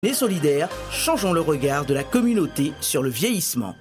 Les solidaires, changeons le regard de la communauté sur le vieillissement.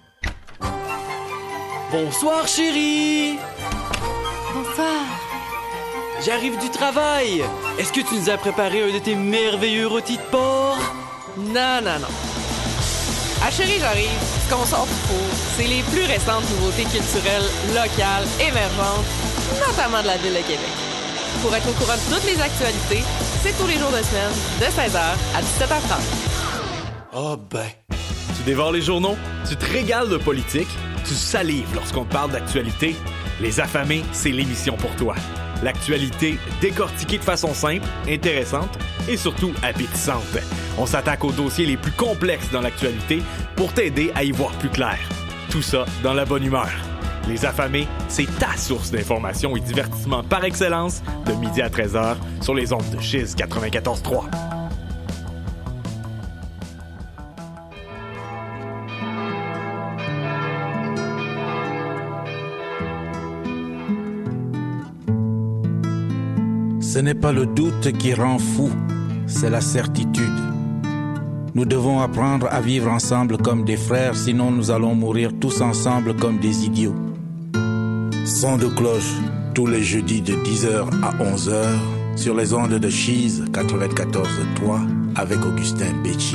Bonsoir chérie. Bonsoir. J'arrive du travail. Est-ce que tu nous as préparé un de tes merveilleux rôtis de porc? Non. Ah chérie, j'arrive. Ce qu'on sort du four, c'est les plus récentes nouveautés culturelles, locales, émergentes, notamment de la ville de Québec. Pour être au courant de toutes les actualités, c'est tous les jours de semaine, de 16h à 17h30. Oh ben. Tu dévores les journaux, tu te régales de politique, tu salives lorsqu'on te parle d'actualité. Les Affamés, c'est l'émission pour toi. L'actualité décortiquée de façon simple, intéressante et surtout appétissante. On s'attaque aux dossiers les plus complexes dans l'actualité pour t'aider à y voir plus clair. Tout ça dans la bonne humeur. Les Affamés, c'est ta source d'information et divertissement par excellence de midi à 13h sur les ondes de Chiz 94.3. Ce n'est pas le doute qui rend fou, c'est la certitude. Nous devons apprendre à vivre ensemble comme des frères, sinon nous allons mourir tous ensemble comme des idiots. Son de cloche, tous les jeudis de 10h à 11h, sur les ondes de Chiz 94.3 avec Augustin Becci.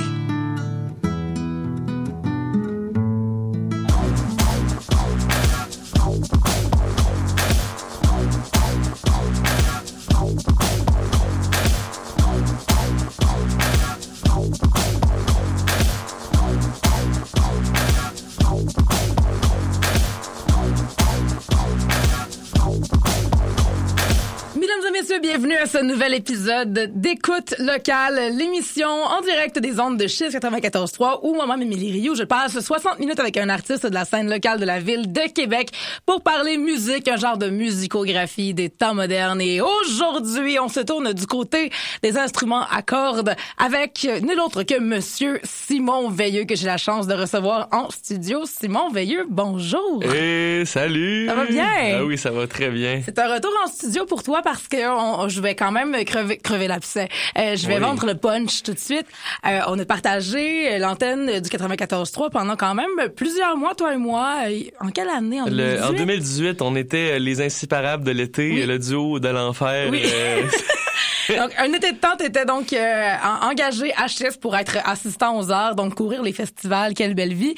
Bienvenue à ce nouvel épisode d'Écoute locale, l'émission en direct des ondes de Chiz 94.3 où moi-même, Émilie Rioux, je passe 60 minutes avec un artiste de la scène locale de la ville de Québec pour parler musique, un genre de musicographie des temps modernes. Et aujourd'hui, on se tourne du côté des instruments à cordes avec nul autre que Monsieur Simon Veilleux que j'ai la chance de recevoir en studio. Simon Veilleux, bonjour! Hey, salut! Ça va bien? Ah oui, ça va très bien. C'est un retour en studio pour toi parce que je vais quand même crever l'abcès. Je vais vendre le punch tout de suite. On a partagé l'antenne du 94.3 pendant quand même plusieurs mois, toi et moi. En quelle année? En 2018? En 2018, on était les inséparables de l'été, oui. Le duo de l'enfer. Oui. Donc, un été de temps, t'étais donc engagé à Chiz pour être assistant aux arts, donc courir les festivals, quelle belle vie.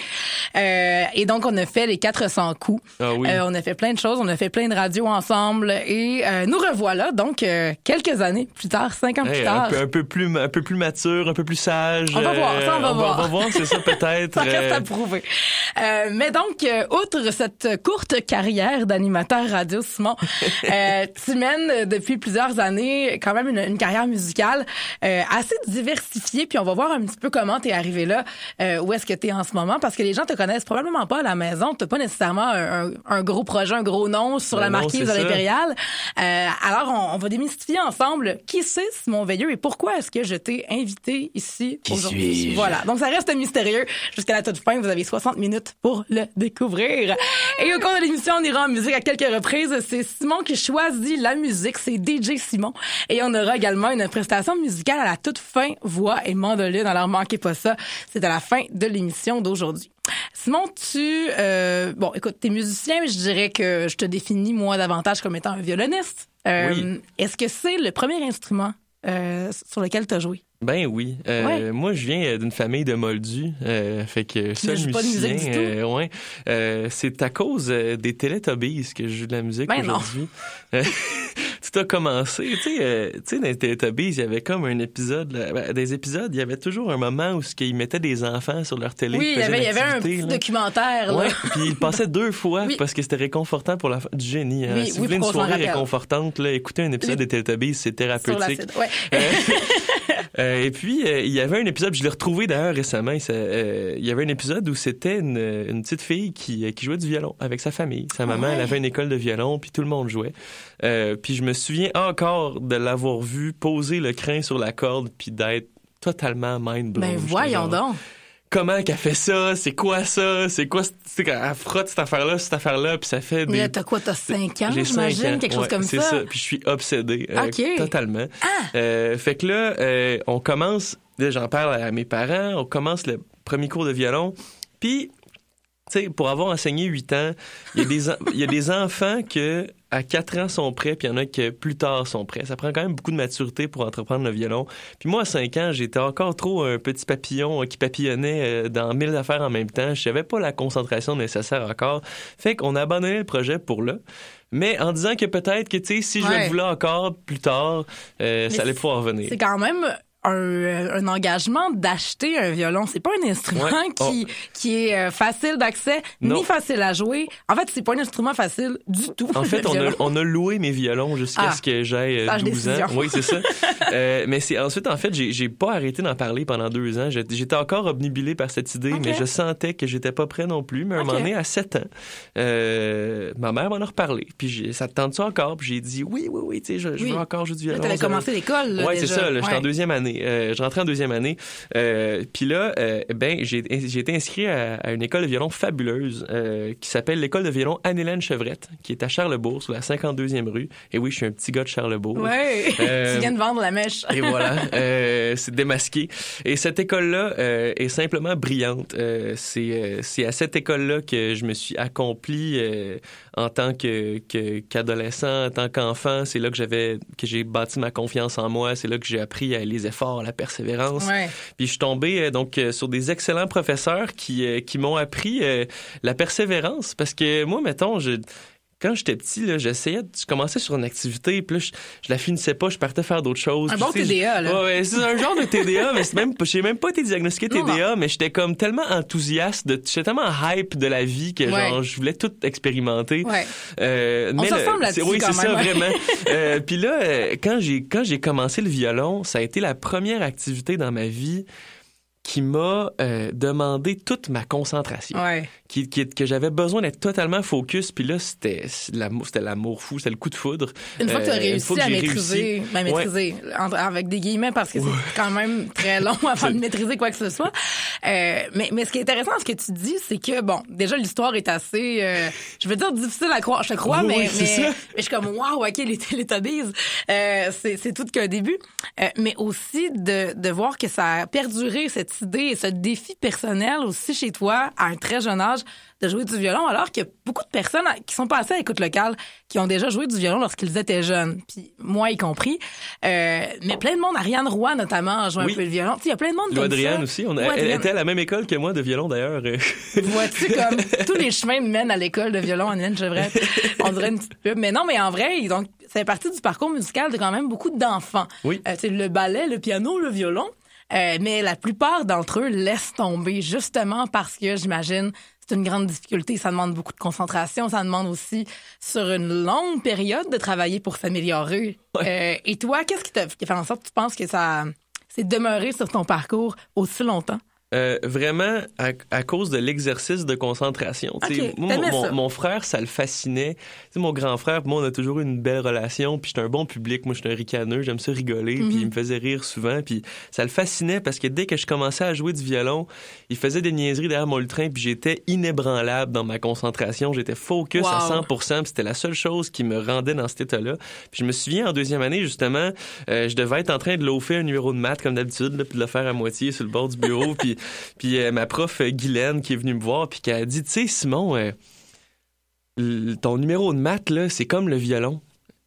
Et donc, on a fait les 400 coups. Ah oui. On a fait plein de choses, on a fait plein de radios ensemble et nous revoilà donc quelques années plus tard, 5 ans plus tard. Un peu plus mature, un peu plus sage. On va voir, ça on va voir. On va voir, c'est ça peut-être. Ça reste à prouver. Mais donc, outre cette courte carrière d'animateur radio, Simon, tu mènes depuis plusieurs années quand même une carrière musicale assez diversifiée, puis on va voir un petit peu comment t'es arrivé là, où est-ce que t'es en ce moment, parce que les gens te connaissent probablement pas à la maison, t'as pas nécessairement un gros projet, un gros nom sur la marquise de l'Impériale. Alors, on va démystifier ensemble qui c'est Simon Veilleux et pourquoi est-ce que je t'ai invité ici aujourd'hui. Suis-je? Voilà, donc ça reste mystérieux jusqu'à la toute fin, vous avez 60 minutes pour le découvrir. Et au cours de l'émission, on ira en musique à quelques reprises, c'est Simon qui choisit la musique, c'est DJ Simon, et on aura également une prestation musicale à la toute fin, voix et mandoline. Alors, manquez pas ça. C'est à la fin de l'émission d'aujourd'hui. Simon, bon, écoute, t'es musicien, mais je dirais que je te définis, moi, davantage comme étant un violoniste. Oui. Est-ce que c'est le premier instrument sur lequel t'as joué? Ben oui. Ouais. Moi, je viens d'une famille de moldus. Fait que Tu ne joues pas de musique du tout? Ouais. C'est à cause des Teletubbies que je joue de la musique aujourd'hui. Tout a commencé, tu sais, dans les Teletubbies, il y avait comme un épisode, des épisodes, il y avait toujours un moment où ils mettaient des enfants sur leur télé. Oui, il y avait un petit documentaire. Là. Ouais, puis il passait 2 fois parce que c'était réconfortant pour la du génie. Hein. Si vous voulez une soirée réconfortante, là, écoutez un épisode des Teletubbies, c'est thérapeutique. Et puis, il y avait un épisode, je l'ai retrouvé d'ailleurs récemment, il y avait un épisode où c'était une petite fille qui jouait du violon avec sa famille. Sa maman, elle avait une école de violon, puis tout le monde jouait. Puis je me souviens encore de l'avoir vu poser le crin sur la corde, puis d'être totalement mind blown. Ben voyons donc! Comment qu'elle fait ça? C'est quoi ça? C'est quoi? Elle frotte cette affaire-là, puis ça fait des... Mais t'as quoi? T'as 5 ans, J'ai 5 j'imagine? ans. Quelque chose comme c'est ça. Puis je suis obsédé. OK. Totalement. Fait que là, on commence là, j'en parle à mes parents, on commence le premier cours de violon, puis... Tu sais, pour avoir enseigné 8 ans, il y a des enfants que à 4 ans sont prêts, puis il y en a que plus tard sont prêts. Ça prend quand même beaucoup de maturité pour entreprendre le violon. Puis moi, à 5 ans, j'étais encore trop un petit papillon qui papillonnait dans 1000 affaires en même temps. Je n'avais pas la concentration nécessaire encore. Fait qu'on a abandonné le projet pour là. Mais en disant que peut-être que, tu sais, si je le voulais encore plus tard, ça allait pouvoir revenir. C'est quand même... Un engagement d'acheter un violon. C'est pas un instrument qui est facile d'accès, ni facile à jouer. En fait, c'est pas un instrument facile du tout. En fait, on a loué mes violons jusqu'à ce que j'aie 12 ans. Oui, c'est ça. Mais c'est ensuite, en fait, j'ai pas arrêté d'en parler pendant 2 ans. J'étais encore obnubilé par cette idée, mais je sentais que j'étais pas prêt non plus. Mais à un moment donné, à 7 ans, ma mère m'en a reparlé. Puis ça te tente-tu encore? Puis j'ai dit oui, tu sais, je veux encore jouer du violon. T'avais commencé l'école, Oui, c'est ça. J'étais en 2e année. Je rentrais en 2e année. Puis là, j'ai été inscrit à une école de violon fabuleuse qui s'appelle l'école de violon Anne-Hélène Chevrette, qui est à Charlesbourg, sur la 52e rue. Et oui, je suis un petit gars de Charlesbourg. Oui, tu viens de vendre la mèche. Et voilà, c'est démasqué. Et cette école-là est simplement brillante. C'est à cette école-là que je me suis accompli en tant qu'adolescent, en tant qu'enfant. C'est là que j'ai bâti ma confiance en moi. C'est là que j'ai appris les efforts, la persévérance. Ouais. Puis je suis tombé sur des excellents professeurs qui m'ont appris la persévérance. Parce que moi, mettons, quand j'étais petit, là, je commençais sur une activité, puis là, je la finissais pas, je partais faire d'autres choses. Un bon TDA, là. Ouais, c'est un genre de TDA, mais j'ai même pas été diagnostiqué TDA, mais j'étais comme tellement enthousiaste, j'étais tellement hype de la vie que genre, je voulais tout expérimenter. Ouais. On se ressemble là-dessus, oui, quand c'est même. ça, vraiment. Puis là, quand j'ai commencé le violon, ça a été la première activité dans ma vie qui m'a demandé toute ma concentration. Ouais. Que j'avais besoin d'être totalement focus. Puis là, c'était l'amour fou, c'était le coup de foudre. Une fois que tu as réussi à maîtriser, avec des guillemets, parce que c'est quand même très long avant de maîtriser quoi que ce soit. Mais ce qui est intéressant, ce que tu dis, c'est que, bon, déjà, l'histoire est assez, je veux dire, difficile à croire. Je te crois, mais je suis comme, wow, OK, les Teletubbies, c'est tout qu'un début. Mais aussi de voir que ça a perduré, cette idée et ce défi personnel aussi chez toi, à un très jeune âge, de jouer du violon, alors qu'il y a beaucoup de personnes qui sont passées à l'écoute locale qui ont déjà joué du violon lorsqu'ils étaient jeunes, puis moi y compris. Mais plein de monde, Ariane Roy notamment, a joué un peu le violon. Il y a plein de monde comme ça. Adrienne aussi, elle était à la même école que moi de violon d'ailleurs. Vois-tu, comme tous les chemins mènent à l'école de violon Anne-Hélène Chevrette. On dirait une petite pub. Mais non, mais en vrai, donc, ça fait partie du parcours musical de quand même beaucoup d'enfants. Oui. Le ballet, le piano, le violon. Mais la plupart d'entre eux laissent tomber justement parce que, j'imagine, c'est une grande difficulté. Ça demande beaucoup de concentration. Ça demande aussi, sur une longue période, de travailler pour s'améliorer. Ouais. Et toi, qu'est-ce qui t'a fait en sorte que tu penses que ça s'est demeuré sur ton parcours aussi longtemps? Vraiment à cause de l'exercice de concentration. Okay, mon frère, ça le fascinait. T'sais, mon grand frère, moi, on a toujours eu une belle relation, puis j'étais un bon public. Moi, j'étais un ricaneux, j'aime ça rigoler, puis il me faisait rire souvent, puis ça le fascinait parce que dès que je commençais à jouer du violon, il faisait des niaiseries derrière mon lutrin, puis j'étais inébranlable dans ma concentration. J'étais focus à 100%, puis c'était la seule chose qui me rendait dans cet état-là. Puis je me souviens, en 2e année, justement, je devais être en train de loafer un numéro de maths, comme d'habitude, là, puis de le faire à moitié sur le bord du bureau, puis ma prof Guylaine qui est venue me voir puis qui a dit, tu sais, Simon, ton numéro de maths, là, c'est comme le violon.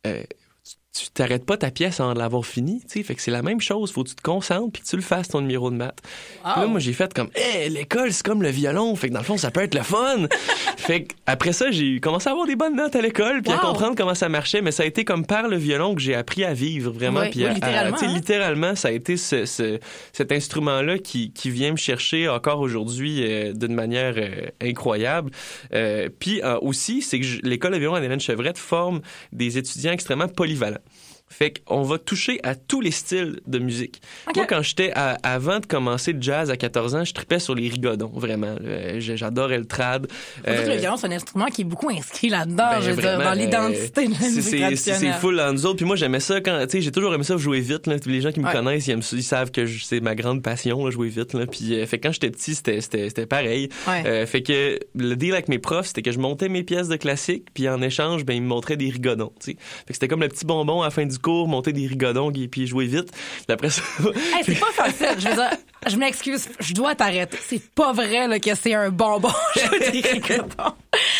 Tu t'arrêtes pas ta pièce avant de l'avoir fini, tu sais, fait que c'est la même chose, faut que tu te concentres puis que tu le fasses ton numéro de maths. Wow. Puis là, moi j'ai fait comme l'école c'est comme le violon, fait que dans le fond ça peut être le fun. Fait que après ça, j'ai commencé à avoir des bonnes notes à l'école puis à comprendre comment ça marchait, mais ça a été comme par le violon que j'ai appris à vivre vraiment puis littéralement ça a été cet instrument là qui vient me chercher encore aujourd'hui d'une manière incroyable. Puis aussi, c'est que l'école de violon Anne-Hélène Chevrette forme des étudiants extrêmement polyvalents. Fait qu'on va toucher à tous les styles de musique. Okay. Moi, quand j'étais avant de commencer le jazz à 14 ans, je tripais sur les rigodons, vraiment. J'adorais le trad. Le violon, c'est un instrument qui est beaucoup inscrit là-dedans, je veux dire, dans l'identité de la musique traditionnelle. C'est full dans nous autres. Puis moi, j'aimais ça quand, tu sais, j'ai toujours aimé ça jouer vite. Là. Les gens qui me connaissent, ils savent que c'est ma grande passion, là, jouer vite. Là. Puis, fait que quand j'étais petit, c'était pareil. Ouais. Fait que le deal avec mes profs, c'était que je montais mes pièces de classique, puis en échange, ils me montraient des rigodons. T'sais. Fait que c'était comme le petit bonbon à la fin du cours, monter des rigodons et puis jouer vite. Puis après ça... Hey, c'est pas facile. Je veux dire, je m'excuse, je dois t'arrêter. C'est pas vrai là, que c'est un bonbon jouer des rigodons.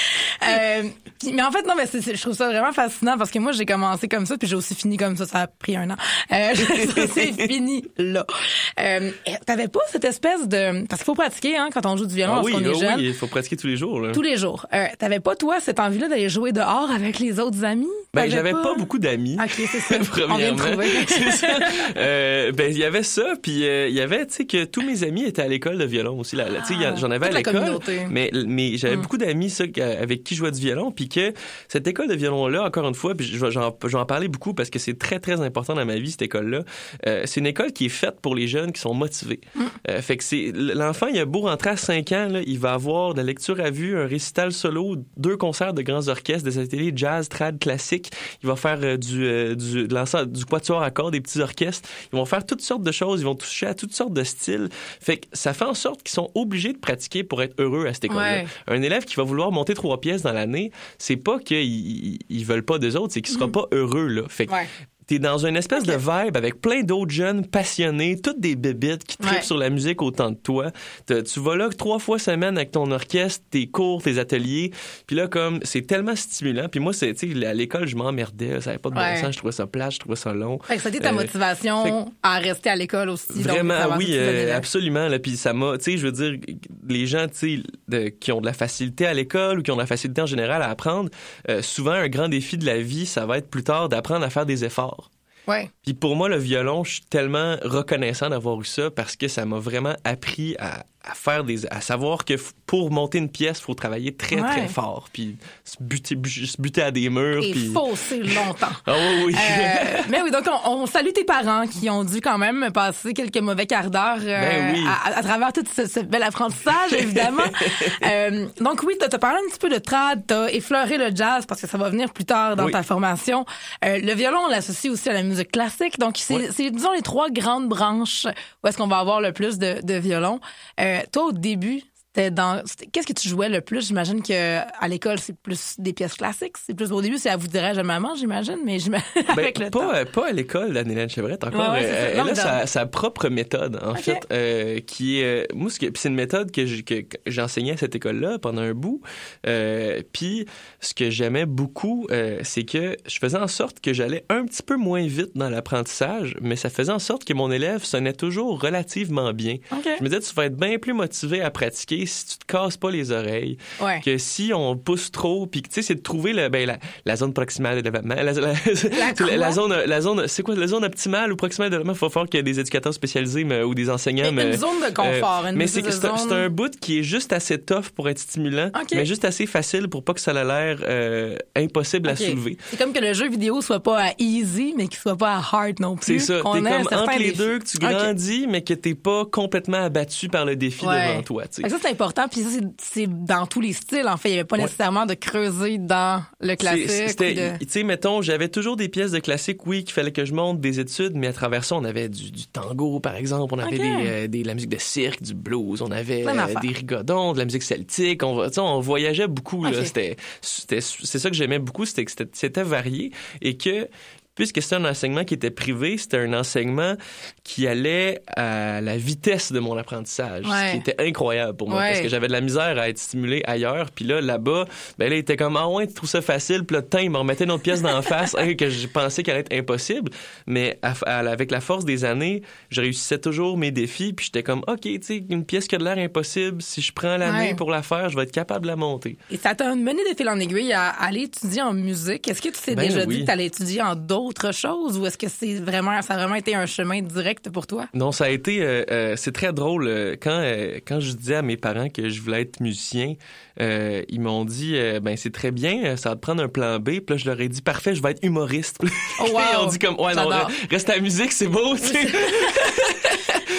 Mais en fait, non, mais je trouve ça vraiment fascinant parce que moi, j'ai commencé comme ça, puis j'ai aussi fini comme ça. Ça a pris 1 an. C'est fini là. T'avais pas cette espèce de... Parce qu'il faut pratiquer hein, quand on joue du violon lorsqu'on est jeune. Oui, il faut pratiquer tous les jours. Là. Tous les jours. T'avais pas, toi, cette envie-là d'aller jouer dehors avec les autres amis? J'avais pas beaucoup d'amis. OK, c'est ça. Premièrement. On vient de trouver. C'est ça. Il y avait ça, puis il y avait, tu sais, que tous mes amis étaient à l'école de violon aussi. Là, tu sais, j'en avais à l'école, mais j'avais beaucoup d'amis ça, avec qui je jouais du violon, puis que cette école de violon-là, encore une fois, puis je vais en parler beaucoup parce que c'est très, très important dans ma vie, cette école-là. C'est une école qui est faite pour les jeunes qui sont motivés. Fait que l'enfant, il a beau rentrer à 5 ans, là, il va avoir de la lecture à vue, un récital solo, 2 concerts de grands orchestres, des ateliers jazz, trad, classique. Il va faire du quatuor à cordes, des petits orchestres. Ils vont faire toutes sortes de choses. Ils vont toucher à toutes sortes de styles. Fait que ça fait en sorte qu'ils sont obligés de pratiquer pour être heureux à cette école-là. Ouais. Un élève qui va vouloir monter 3 pièces dans l'année, c'est pas qu'ils veulent pas d'eux autres, c'est qu'il sera pas heureux, là. Fait que t'es dans une espèce de vibe avec plein d'autres jeunes passionnés, toutes des bébites qui trippent sur la musique autant de toi. Tu vas là 3 fois semaine avec ton orchestre, tes cours, tes ateliers. Puis là, comme, c'est tellement stimulant. Puis moi, tu sais, à l'école, je m'emmerdais. Ça avait pas de bon sens. Je trouvais ça plate, je trouvais ça long. Fait que ça a été ta motivation à rester à l'école aussi. Vraiment, donc, oui, absolument. Là, puis ça m'a, tu sais, je veux dire, les gens, tu sais, qui ont de la facilité à l'école ou qui ont de la facilité en général à apprendre, souvent, un grand défi de la vie, ça va être plus tard d'apprendre à faire des efforts. Ouais. Puis pour moi, le violon, je suis tellement reconnaissant d'avoir eu ça parce que ça m'a vraiment appris à savoir que pour monter une pièce, il faut travailler très, très fort. Puis se buter à des murs. Et fausser longtemps. Ah oui. Mais oui, donc on salue tes parents qui ont dû quand même passer quelques mauvais quarts d'heure à travers tout ce bel apprentissage, évidemment. Donc oui, t'as parlé un petit peu de trad, t'as effleuré le jazz parce que ça va venir plus tard dans ta formation. Le violon, on l'associe aussi à la musique classique. Donc c'est disons, les 3 grandes branches où est-ce qu'on va avoir le plus de violon. Toi, au début, qu'est-ce que tu jouais le plus? J'imagine qu'à l'école, c'est plus des pièces classiques. C'est plus au début, c'est à vous dirais à maman, j'imagine, mais avec le temps. Pas à l'école d'Anne-Hélène Chevrette, encore. Elle a sa propre méthode, en fait, qui est... Moi, c'est une méthode que j'enseignais à cette école-là pendant un bout. Puis, ce que j'aimais beaucoup, c'est que je faisais en sorte que j'allais un petit peu moins vite dans l'apprentissage, mais ça faisait en sorte que mon élève sonnait toujours relativement bien. Okay. Je me disais, tu vas être bien plus motivé à pratiquer si tu te casses pas les oreilles, que si on pousse trop, puis tu sais, c'est de trouver la zone proximale de développement, la zone, c'est quoi, la zone optimale ou proximale de développement. Il faut faire qu'il y ait des éducateurs spécialisés ou des enseignants. Une zone de confort. Mais c'est un bout qui est juste assez tough pour être stimulant, mais juste assez facile pour pas que ça ait l'air impossible à soulever. C'est comme que le jeu vidéo soit pas à easy, mais qu'il soit pas à hard non plus. C'est ça. T'es comme entre les deux, que tu grandis, mais que t'es pas complètement abattu par le défi devant toi. Ça, c'est important, puis ça, c'est dans tous les styles, en fait. Il n'y avait pas nécessairement de creuser dans le classique. Tu sais, mettons, j'avais toujours des pièces de classique, oui, qu'il fallait que je monte des études, mais à travers ça, on avait du tango, par exemple, on avait de la musique de cirque, du blues, on avait des rigodons, de la musique celtique, on voyageait beaucoup, là. C'est ça que j'aimais beaucoup, c'était que c'était varié, et que puisque c'était un enseignement qui était privé, c'était un enseignement qui allait à la vitesse de mon apprentissage, ce qui était incroyable pour moi, parce que j'avais de la misère à être stimulé ailleurs. Puis là-bas, là, il était comme, tu trouves ça facile? Puis là, il me remettait une autre pièce d'en face que je pensais qu'elle allait être impossible. Mais avec la force des années, je réussissais toujours mes défis. Puis j'étais comme, OK, tu sais, une pièce qui a de l'air impossible, si je prends l'année pour la faire, je vais être capable de la monter. Et ça t'a mené de fil en aiguille à aller étudier en musique. Est-ce que tu t'es déjà dit que tu allais étudier en d'autres choses, ou est-ce que ça a vraiment été un chemin direct pour toi? Non, ça a été... c'est très drôle. Quand je disais à mes parents que je voulais être musicien, ils m'ont dit, c'est très bien, ça va te prendre un plan B. Puis là, je leur ai dit, parfait, je vais être humoriste. Oh, wow. Ils ont dit comme, non, reste à la musique, c'est beau, tu sais.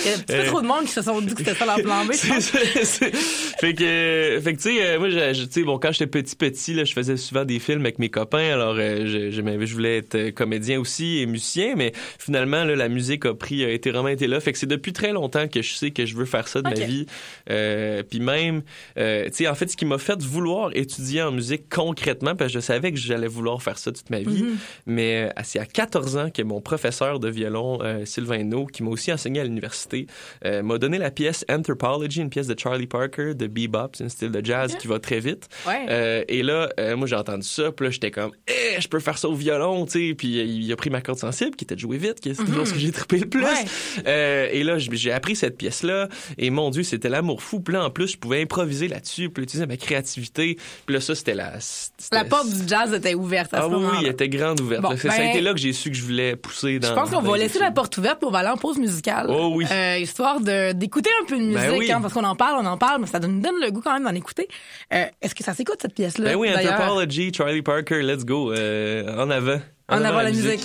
Il y a peut-être trop de monde qui se sont dit que c'était ça leur plan B. Fait que tu sais, moi, tu sais, bon, quand j'étais petit, là, je faisais souvent des films avec mes copains. Alors, je voulais être comédien aussi et musicien, mais finalement, là, la musique a vraiment été là. Fait que c'est depuis très longtemps que je sais que je veux faire ça de ma vie. Puis même, tu sais, en fait, ce qui m'a fait vouloir étudier en musique concrètement, parce que je savais que j'allais vouloir faire ça toute ma vie, mais c'est à 14 ans que mon professeur de violon, Sylvain Naud, qui m'a aussi enseigné à l'université, m'a donné la pièce Anthropology, une pièce de Charlie Parker, de bebop, c'est un style de jazz qui va très vite. Et là, moi, j'ai entendu ça, puis là, j'étais comme, je peux faire ça au violon, tu sais, puis il a pris ma corde sensible, qui était de jouer vite, qui c'est toujours ce que j'ai trippé le plus. Et là, j'ai appris cette pièce-là, et mon Dieu, c'était l'amour fou. Puis là, en plus, je pouvais improviser là-dessus, puis utiliser ma créativité. Puis là, ça, c'était la porte du jazz était ouverte à ce moment-là. Oui, elle était grande ouverte. Bon, ça a été là que j'ai su que je voulais pousser dans... Je pense qu'on va laisser la porte ouverte pour aller en pause musicale. Oh oui. Histoire d'écouter un peu de musique, hein, parce qu'on en parle, mais ça nous donne le goût quand même d'en écouter. Est-ce que ça s'écoute, cette pièce-là? Ben oui, Anthropology, Charlie Parker, let's go. En avant. En avant la musique.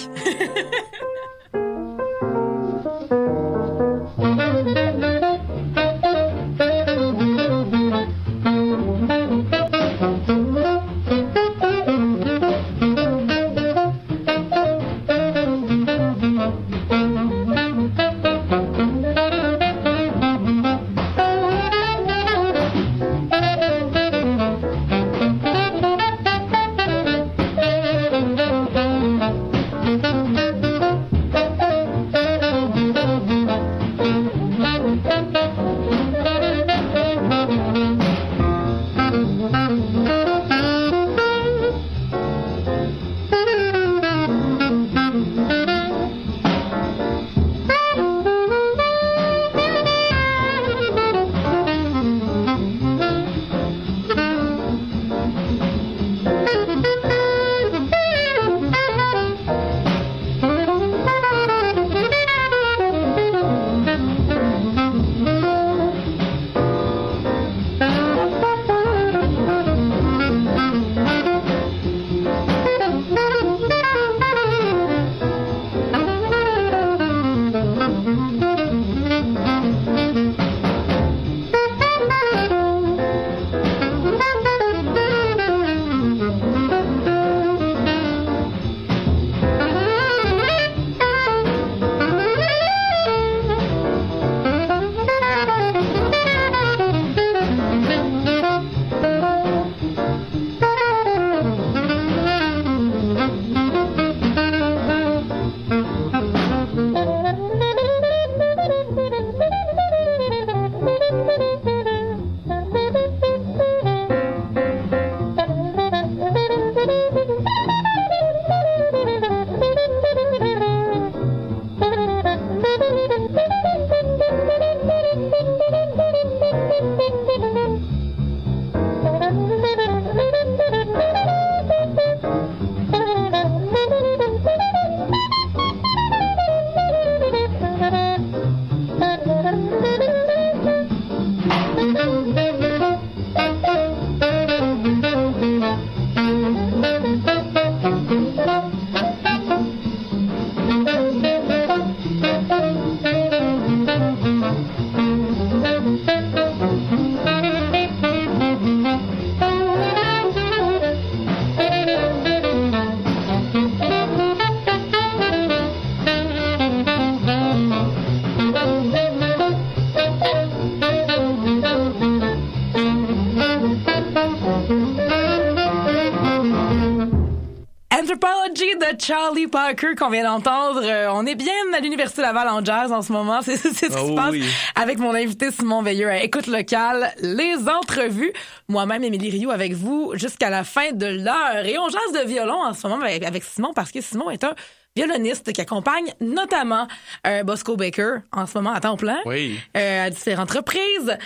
Anthropology de Charlie Parker qu'on vient d'entendre. On est bien à l'Université Laval en jazz en ce moment. C'est ce qui se passe avec mon invité Simon Veilleux à Écoute Locale. Les entrevues. Moi-même, Émilie Rioux avec vous jusqu'à la fin de l'heure. Et on jase de violon en ce moment avec Simon parce que Simon est un violoniste qui accompagne notamment Bosco Baker en ce moment à temps plein à différentes reprises.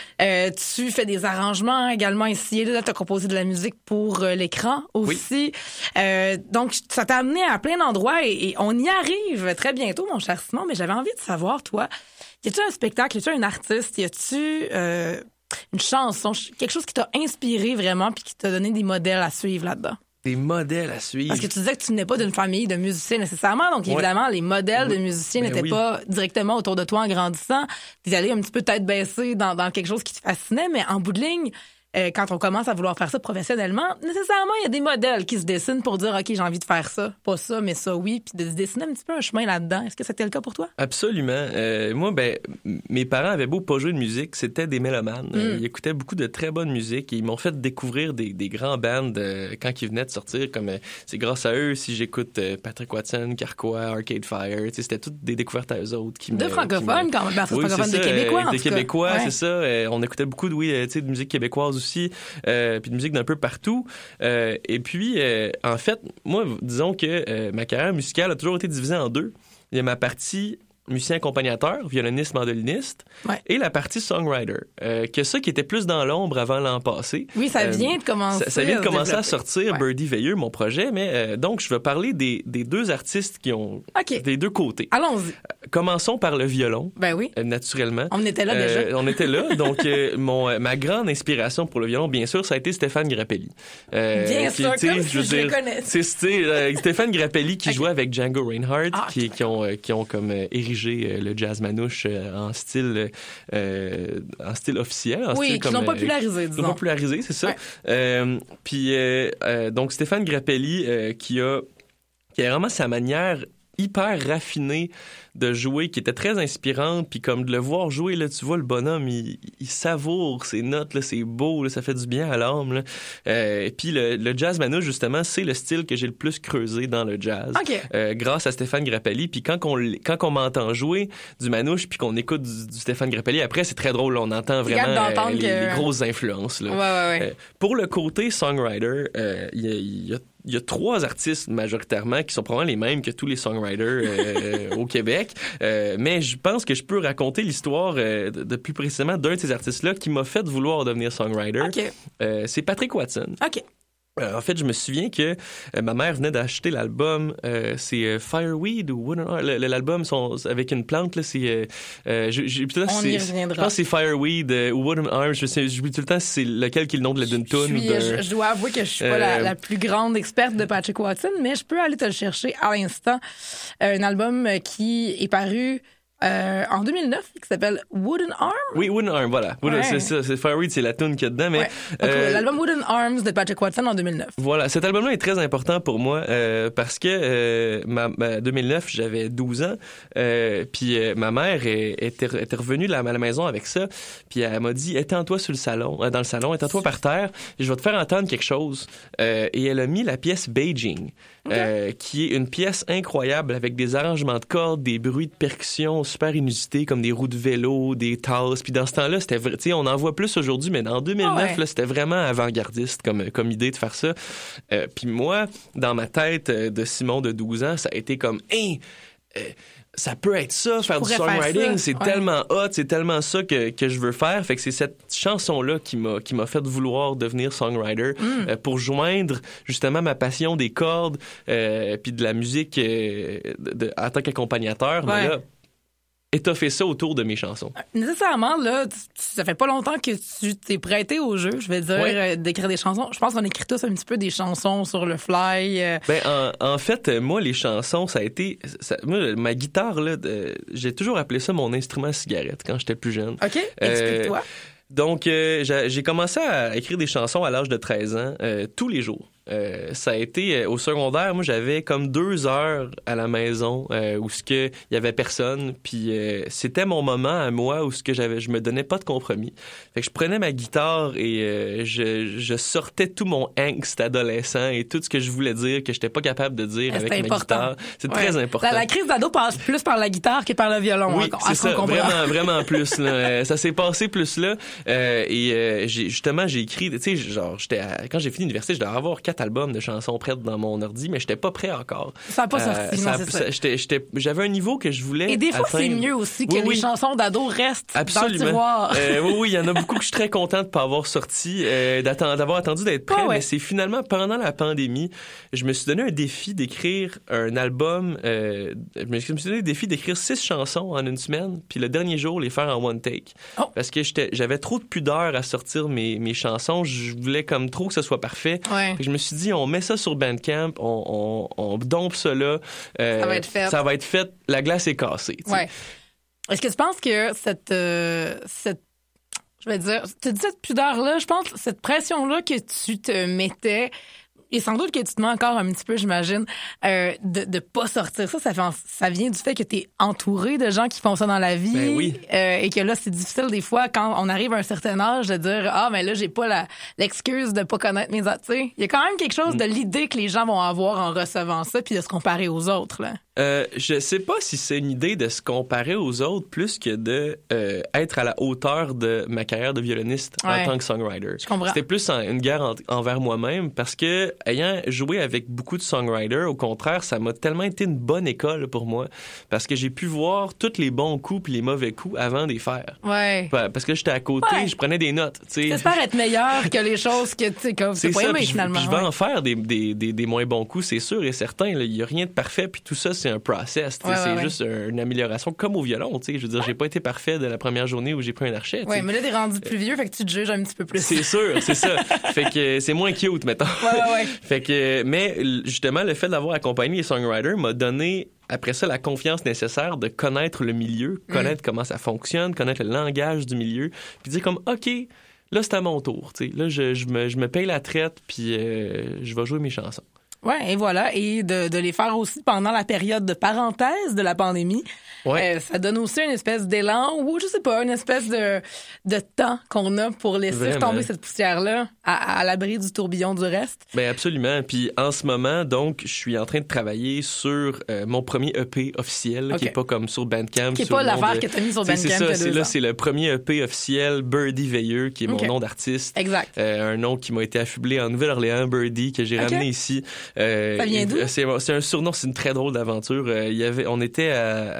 Tu fais des arrangements également ici et là. Tu as composé de la musique pour l'écran aussi. Donc, ça t'a amené à plein d'endroits et on y arrive très bientôt, mon cher Simon. Mais j'avais envie de savoir, toi, y a-tu un spectacle, y a-tu un artiste, y a-tu une chanson, quelque chose qui t'a inspiré vraiment puis qui t'a donné des modèles à suivre là-dedans? des modèles à suivre. Parce que tu disais que tu venais pas d'une famille de musiciens nécessairement, donc évidemment, les modèles de musiciens n'étaient pas directement autour de toi en grandissant. Tu es allé un petit peu tête baissée dans quelque chose qui te fascinait, mais en bout de ligne, quand on commence à vouloir faire ça professionnellement, nécessairement, il y a des modèles qui se dessinent pour dire, OK, j'ai envie de faire ça. Pas ça, mais ça, oui. Puis de se dessiner un petit peu un chemin là-dedans. Est-ce que c'était le cas pour toi? Absolument. Moi, mes parents avaient beau pas jouer de musique, c'était des mélomanes. Ils écoutaient beaucoup de très bonne musique et ils m'ont fait découvrir des grands bands quand ils venaient de sortir. Comme c'est grâce à eux si j'écoute Patrick Watson, Carquois, Arcade Fire. C'était toutes des découvertes à eux autres. De francophones, quand même. Ben, oui, francophones, des Québécois, en des tout cas. Québécois, c'est ça. On écoutait beaucoup de musique québécoise aussi, puis de musique d'un peu partout. Et puis, en fait, moi, disons que ma carrière musicale a toujours été divisée en deux. Il y a ma partie musicien-accompagnateur, violoniste, mandoliniste, et la partie songwriter. Que ça qui était plus dans l'ombre avant l'an passé. Oui, ça vient de commencer. Ça vient de commencer à sortir, Birdie Veilleux, mon projet, mais donc je vais parler des deux artistes qui ont des deux côtés. Allons-y. Commençons par le violon. Ben oui. Naturellement. On était là déjà. On était là. Donc, ma grande inspiration pour le violon, bien sûr, ça a été Stéphane Grappelli. Bien sûr, comme si je le connais. C'est Stéphane Grappelli qui jouait avec Django Reinhardt, qui ont comme érigé le jazz manouche en style officiel. Qui l'ont popularisé, disons. L'ont popularisé, c'est ça. Ouais. Donc, Stéphane Grappelli, qui a vraiment sa manière hyper raffinée de jouer, qui était très inspirante, puis comme de le voir jouer, là, tu vois, le bonhomme, il savoure ses notes, là, c'est beau, là, ça fait du bien à l'âme, là. Et puis le jazz manouche, justement, c'est le style que j'ai le plus creusé dans le jazz. Grâce à Stéphane Grappelli, puis quand on m'entend jouer du manouche, puis qu'on écoute du Stéphane Grappelli, après, c'est très drôle, là, on entend vraiment les grosses influences, là. Ouais. Pour le côté songwriter, il y a 3 artistes majoritairement qui sont probablement les mêmes que tous les songwriters au Québec. Mais je pense que je peux raconter l'histoire de plus précisément d'un de ces artistes-là qui m'a fait vouloir devenir songwriter. C'est Patrick Watson. En fait, je me souviens que ma mère venait d'acheter l'album, c'est Fireweed ou Wooden Arms. L'album avec une plante, là, c'est... je pense que c'est Fireweed ou Wooden Arms. J'oublie tout le temps si c'est lequel qui est le nom de d'une tune. Je dois avouer que je suis pas la plus grande experte de Patrick Watson, mais je peux aller te le chercher à l'instant. Un album qui est paru... en 2009, qui s'appelle Wooden Arms. Oui, Wooden Arms, voilà. C'est ça, c'est Fireweed, c'est la tune qu'il y a dedans. Mais, l'album Wooden Arms de Patrick Watson en 2009. Voilà, cet album-là est très important pour moi parce que 2009, j'avais 12 ans, puis ma mère était revenue à la maison avec ça, puis elle m'a dit « Étends-toi dans le salon, étends-toi par terre, et je vais te faire entendre quelque chose. » Et elle a mis la pièce Beijing, qui est une pièce incroyable avec des arrangements de cordes, des bruits de percussion super inusités comme des roues de vélo, des tasses. Puis dans ce temps-là, c'était vrai, tu sais, on en voit plus aujourd'hui, mais en 2009, là, c'était vraiment avant-gardiste comme idée de faire ça. Puis moi, dans ma tête de Simon de 12 ans, ça a été comme ça peut être ça, faire du songwriting, c'est tellement hot, c'est tellement ça que je veux faire. Fait que c'est cette chanson-là qui m'a fait vouloir devenir songwriter pour joindre justement ma passion des cordes puis de la musique en tant qu'accompagnateur. Mais là, étoffer ça autour de mes chansons. Nécessairement, là, ça fait pas longtemps que tu t'es prêté au jeu, je vais dire, d'écrire des chansons. Je pense qu'on écrit tous un petit peu des chansons sur le fly. En fait, moi, les chansons, ça a été... moi, ma guitare, là, j'ai toujours appelé ça mon instrument à cigarette quand j'étais plus jeune. OK, explique-toi. Donc, j'ai commencé à écrire des chansons à l'âge de 13 ans, tous les jours. Ça a été au secondaire, moi j'avais comme 2 heures à la maison où il y avait personne, puis c'était mon moment à moi où je me donnais pas de compromis. Fait que je prenais ma guitare et je sortais tout mon angst adolescent et tout ce que je voulais dire que j'étais pas capable de dire avec ma guitare. C'est très important. La crise d'ado passe plus par la guitare que par le violon. Oui, c'est ça, vraiment plus. Là. Ça s'est passé plus là. J'ai écrit, tu sais, genre quand j'ai fini l'université, je devais avoir 4 albums de chansons prêtes dans mon ordi, mais j'étais pas prêt encore. Ça n'a pas sorti, non, c'est ça. J'avais un niveau que je voulais. Et des fois, c'est mieux aussi que les chansons d'ado restent dans le tiroir. Oui, il y en a beaucoup que je suis très content de pas avoir sorti, d'avoir attendu d'être prêt, mais c'est finalement pendant la pandémie, je me suis donné un défi d'écrire un album. Je me suis donné le défi d'écrire 6 chansons en une semaine, puis le dernier jour, les faire en one take. Parce que j'avais trop de pudeur à sortir mes chansons. Je voulais comme trop que ce soit parfait. Je me suis dit, on met ça sur Bandcamp, on dompe ça là. Ça va être fait. Ça va être fait. La glace est cassée. T'sais. Ouais. Est-ce que tu penses que cette je vais dire, tu dis cette pudeur-là, je pense, cette pression-là que tu te mettais, et sans doute que tu te mets encore un petit peu, j'imagine, de pas sortir ça vient du fait que tu es entouré de gens qui font ça dans la vie. Ben oui. Et que là, c'est difficile des fois, quand on arrive à un certain âge, de dire « Ah, mais là, j'ai pas l'excuse de pas connaître mes autres. » Tu sais, il y a quand même quelque chose de l'idée que les gens vont avoir en recevant ça, puis de se comparer aux autres, là. Je sais pas si c'est une idée de se comparer aux autres plus que de être à la hauteur de ma carrière de violoniste en tant que songwriter. Je comprends. C'était plus une guerre envers moi-même parce que ayant joué avec beaucoup de songwriters, au contraire, ça m'a tellement été une bonne école pour moi parce que j'ai pu voir tous les bons coups puis les mauvais coups avant de les faire. Ouais. Parce que j'étais à côté, je prenais des notes. J'espère être meilleur que les choses que tu sais comme c'est pas aimé finalement. Puis je vais en faire des moins bons coups, c'est sûr et certain. Il y a rien de parfait puis tout ça c'est un process. C'est juste une amélioration comme au violon. Je veux dire, j'ai pas été parfait de la première journée où j'ai pris un archet. Oui, mais là t'es rendu plus vieux, fait que tu te juges un petit peu plus. C'est sûr, c'est ça. Fait que c'est moins cute mettons. Ouais. Fait que mais justement le fait d'avoir accompagné les songwriters m'a donné après ça la confiance nécessaire de connaître le milieu, connaître comment ça fonctionne, connaître le langage du milieu, puis dire comme OK, là c'est à mon tour, tu sais. Là je me paye la traite puis je vais jouer mes chansons. Ouais, et voilà, et de les faire aussi pendant la période de parenthèse de la pandémie. Ouais. Ça donne aussi une espèce d'élan ou je sais pas, une espèce de temps qu'on a pour laisser tomber cette poussière-là à l'abri du tourbillon du reste. Ben absolument. Puis en ce moment, donc, je suis en train de travailler sur mon premier EP officiel, qui est pas comme sur Bandcamp. Qui est pas l'affaire que t'as mis sur Bandcamp. C'est ça. C'est le premier EP officiel, Birdie Veilleux, qui est mon nom d'artiste. Exact. Un nom qui m'a été affublé en Nouvelle-Orléans, Birdie, que j'ai ramené ici. Ça vient d'où? C'est un surnom, c'est une très drôle d'aventure. On était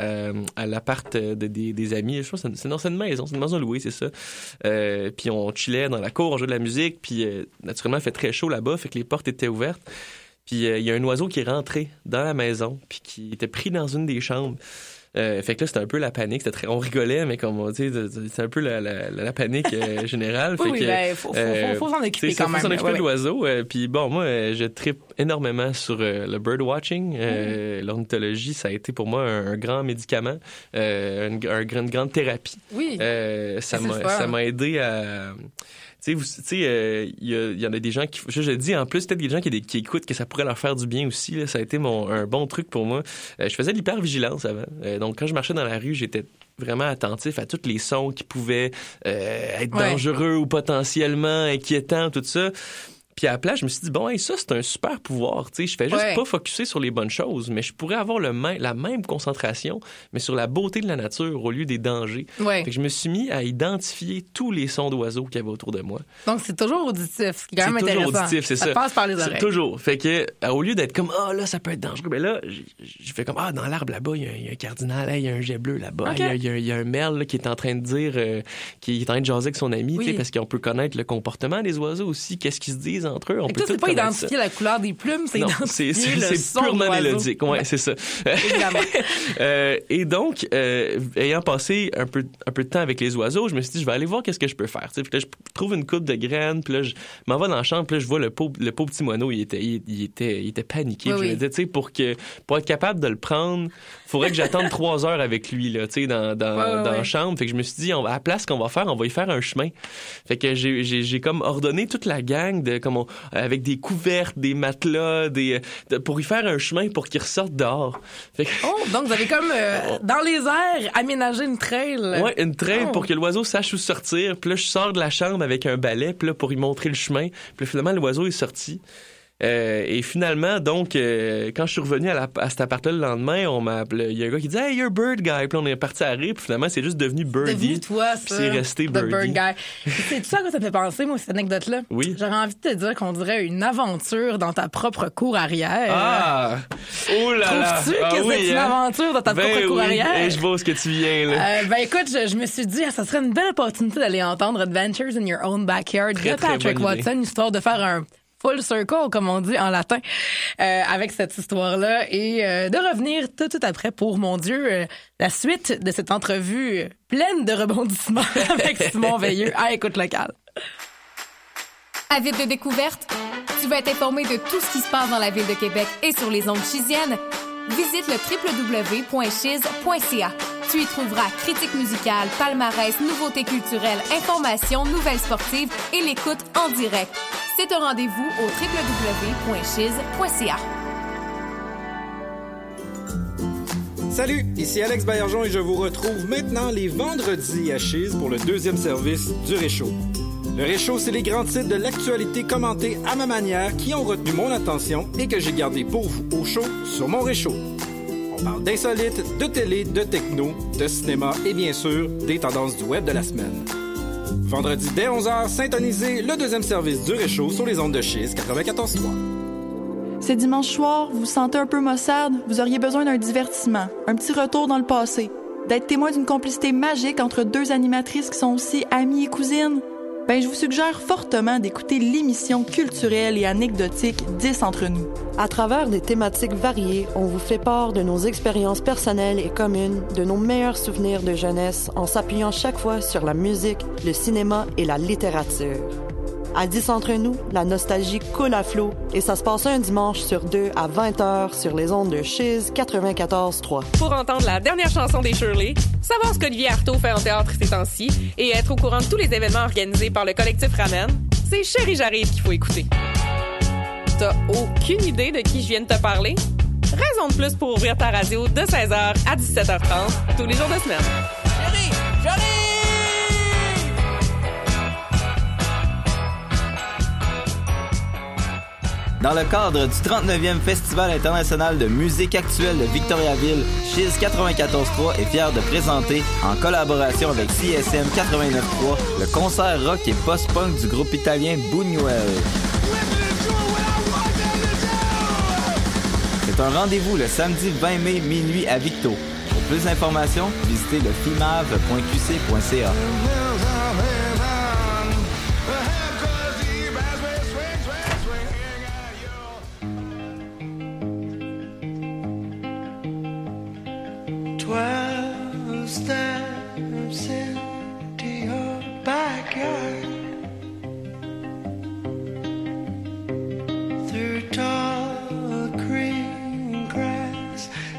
à l'appart des amis. Je pense que c'est une maison louée, c'est ça. Puis on chillait dans la cour, on jouait de la musique, puis naturellement, il fait très chaud là-bas, fait que les portes étaient ouvertes. Puis il y a un oiseau qui est rentré dans la maison, puis qui était pris dans une des chambres. Fait que là, c'était un peu la panique. On rigolait, mais comme on dit, c'est un peu la panique générale. Faut s'en occuper quand même. Faut s'en occuper de l'oiseau. Puis bon, moi, je trippe énormément sur le birdwatching. L'ornithologie, ça a été pour moi un grand médicament, une grande thérapie. Oui. Ça m'a aidé à... Tu sais, il y en a des gens qui... Je dis, en plus, peut-être des gens qui écoutent que ça pourrait leur faire du bien aussi. Là. Ça a été un bon truc pour moi. Je faisais de l'hypervigilance avant. Donc, quand je marchais dans la rue, j'étais vraiment attentif à tous les sons qui pouvaient être dangereux ou potentiellement inquiétants, tout ça. Puis à la place, je me suis dit, bon, ça, c'est un super pouvoir. Tu sais, je fais juste pas focusser sur les bonnes choses, mais je pourrais avoir la même concentration, mais sur la beauté de la nature au lieu des dangers. Ouais. Fait que je me suis mis à identifier tous les sons d'oiseaux qu'il y avait autour de moi. Donc, c'est toujours auditif, ce qui est quand même intéressant. C'est toujours auditif, c'est ça. Ça passe par les oreilles. Toujours. Fait que, au lieu d'être comme, là, ça peut être dangereux, ben là, je fais comme, dans l'arbre là-bas, il y a un cardinal, il y a un jet bleu là-bas, il y a un merle là, qui est en train de dire, qui est en train de jaser avec son ami, tu sais, parce qu'on peut connaître le comportement des oiseaux aussi, qu'est-ce qu'ils se disent entre eux. On peut c'est pas identifier la couleur des plumes, c'est identifier le son purement de l'oiseau. mélodique. Ouais, c'est ça. Évidemment. Et donc, ayant passé un peu de temps avec les oiseaux, je me suis dit, je vais aller voir qu'est-ce que je peux faire. Puis là, je trouve une coupe de graines, puis là, je m'en vais dans la chambre, puis là, je vois le pauvre petit moineau, il était paniqué. Oui, je me disais, tu sais, pour être capable de le prendre, il faudrait que j'attende 3 heures avec lui, là, tu sais, dans la chambre. Fait que je me suis dit, à la place qu'on va faire, on va y faire un chemin. Fait que j'ai comme ordonné toute la gang avec des couvertes, des matelas, pour y faire un chemin pour qu'il ressorte dehors. Fait que, donc vous avez comme dans les airs aménagé une trail. Ouais, une trail pour que l'oiseau sache où sortir. Puis là, je sors de la chambre avec un balai, puis là, pour lui montrer le chemin. Puis là, finalement, l'oiseau est sorti. Et finalement, donc, quand je suis revenu à cet appart-là le lendemain, il y a un gars qui dit « Hey, you're Bird Guy ». Puis là, on est parti à rire, puis finalement, c'est juste devenu Birdie. C'est devenu toi, ça. Puis c'est resté Birdie. Bird Guy. C'est tout ça que ça me fait penser, moi, cette anecdote-là. Oui. J'aurais envie de te dire qu'on dirait une aventure dans ta propre cour arrière. Ah! Oh là là! Trouves-tu que c'est une aventure dans ta propre cour arrière? Et je vois où ce que tu viens, là. Écoute, je me suis dit, ça serait une belle opportunité d'aller entendre Adventures in Your Own Backyard de Patrick Watson, histoire de faire un full circle, comme on dit en latin, avec cette histoire-là et de revenir tout après pour, mon Dieu, la suite de cette entrevue pleine de rebondissements avec Simon Veilleux à Écoute Locale. Avide de découverte, Tu veux être informé de tout ce qui se passe dans la ville de Québec et sur les ondes chisiennes? Visite le www.chiz.ca. Tu y trouveras critiques musicales, palmarès, nouveautés culturelles, informations, nouvelles sportives et l'écoute en direct. C'est un rendez-vous au www.chiz.ca. Salut, ici Alex Baillargeon et je vous retrouve maintenant les vendredis à Chiz pour le deuxième service du Réchaud. Le Réchaud, c'est les grands titres de l'actualité commentés à ma manière qui ont retenu mon attention et que j'ai gardé pour vous au chaud sur mon Réchaud. On parle d'insolites, de télé, de techno, de cinéma et bien sûr des tendances du web de la semaine. Vendredi dès 11h, syntonisez le deuxième service du Réchaud sur les ondes de Chiz 94.3. C'est dimanche soir, vous vous sentez un peu maussade, vous auriez besoin d'un divertissement, un petit retour dans le passé, d'être témoin d'une complicité magique entre deux animatrices qui sont aussi amies et cousines. Ben, je vous suggère fortement d'écouter l'émission culturelle et anecdotique 10 entre nous. À travers des thématiques variées, on vous fait part de nos expériences personnelles et communes, de nos meilleurs souvenirs de jeunesse, en s'appuyant chaque fois sur la musique, le cinéma et la littérature. À 10 entre nous, la nostalgie coule à flot et ça se passe un dimanche sur 2 à 20h sur les ondes de Chiz 94.3. Pour entendre la dernière chanson des Shirley, savoir ce qu'Olivier Artaud fait en théâtre ces temps-ci et être au courant de tous les événements organisés par le collectif Ramen, c'est Chérie J'arrive qu'il faut écouter. T'as aucune idée de qui je viens de te parler? Raison de plus pour ouvrir ta radio de 16h à 17h30 tous les jours de semaine. Chérie, j'arrive! Dans le cadre du 39e Festival international de musique actuelle de Victoriaville, Chiz 94.3 est fier de présenter, en collaboration avec CSM 89.3, le concert rock et post-punk du groupe italien Buñuel. C'est un rendez-vous le samedi 20 mai minuit à Victo. Pour plus d'informations, visitez le fimave.qc.ca.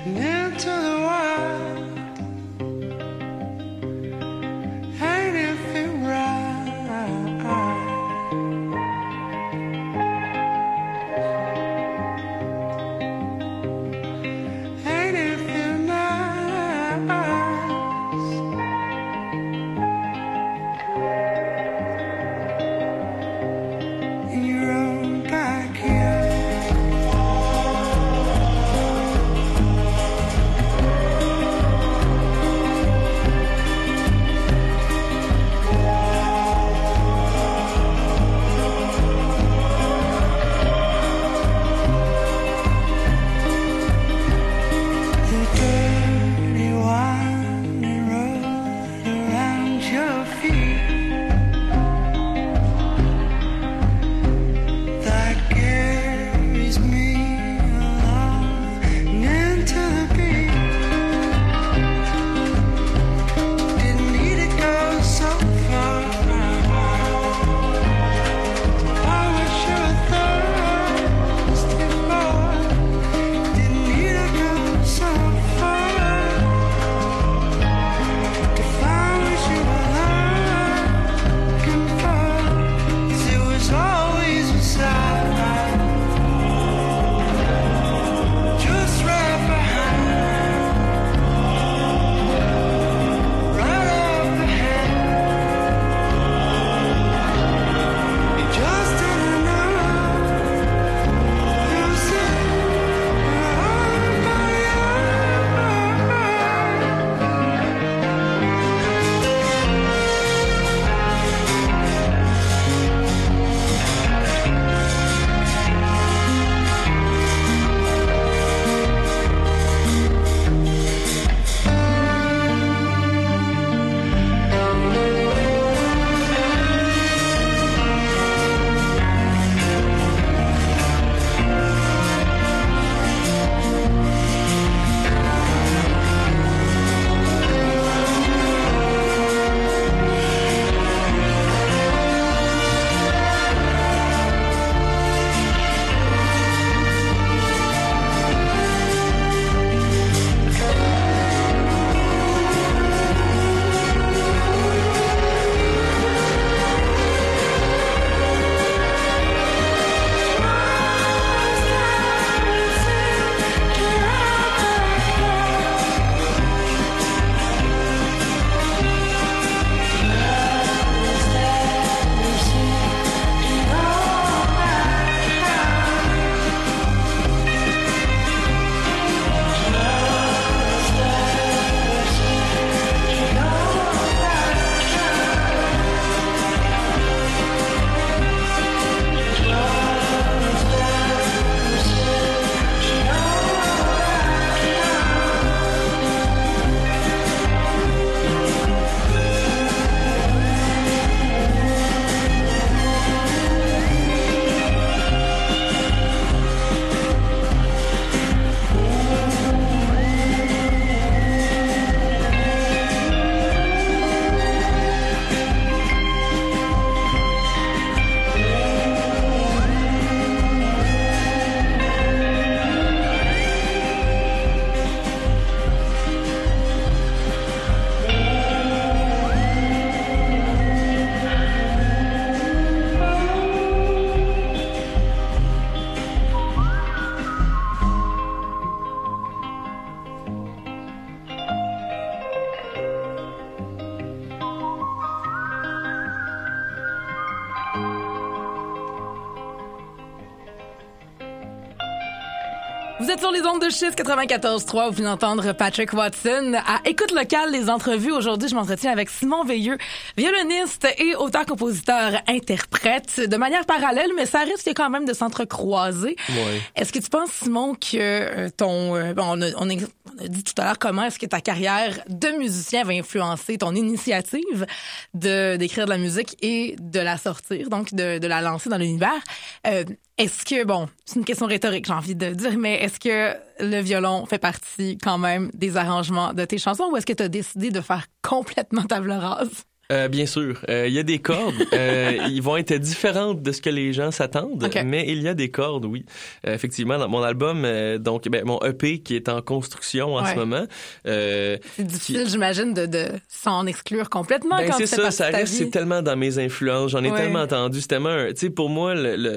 Ain't it Vous êtes sur les ondes de Chiz 94.3. Vous venez d'entendre Patrick Watson. À Écoute locale, les entrevues. Aujourd'hui, je m'entretiens avec Simon Veilleux, violoniste et auteur-compositeur-interprète. De manière parallèle, mais ça risque quand même de s'entrecroiser. Ouais. Est-ce que tu penses, Simon, que on a dit tout à l'heure comment est-ce que ta carrière de musicien va influencer ton initiative d'écrire de la musique et de la sortir, donc de la lancer dans l'univers. Est-ce que, c'est une question rhétorique, j'ai envie de dire, mais est-ce que le violon fait partie quand même des arrangements de tes chansons ou est-ce que tu as décidé de faire complètement table rase? Bien sûr. Il y a des cordes. Ils vont être différentes de ce que les gens s'attendent, okay. Mais il y a des cordes, oui. Effectivement, dans mon album, mon EP qui est en construction en ce moment. C'est difficile, j'imagine, de s'en exclure complètement quand c'est tu fais ça reste, c'est tellement dans mes influences. J'en ai tellement entendu. C'est tellement, tu sais, pour moi,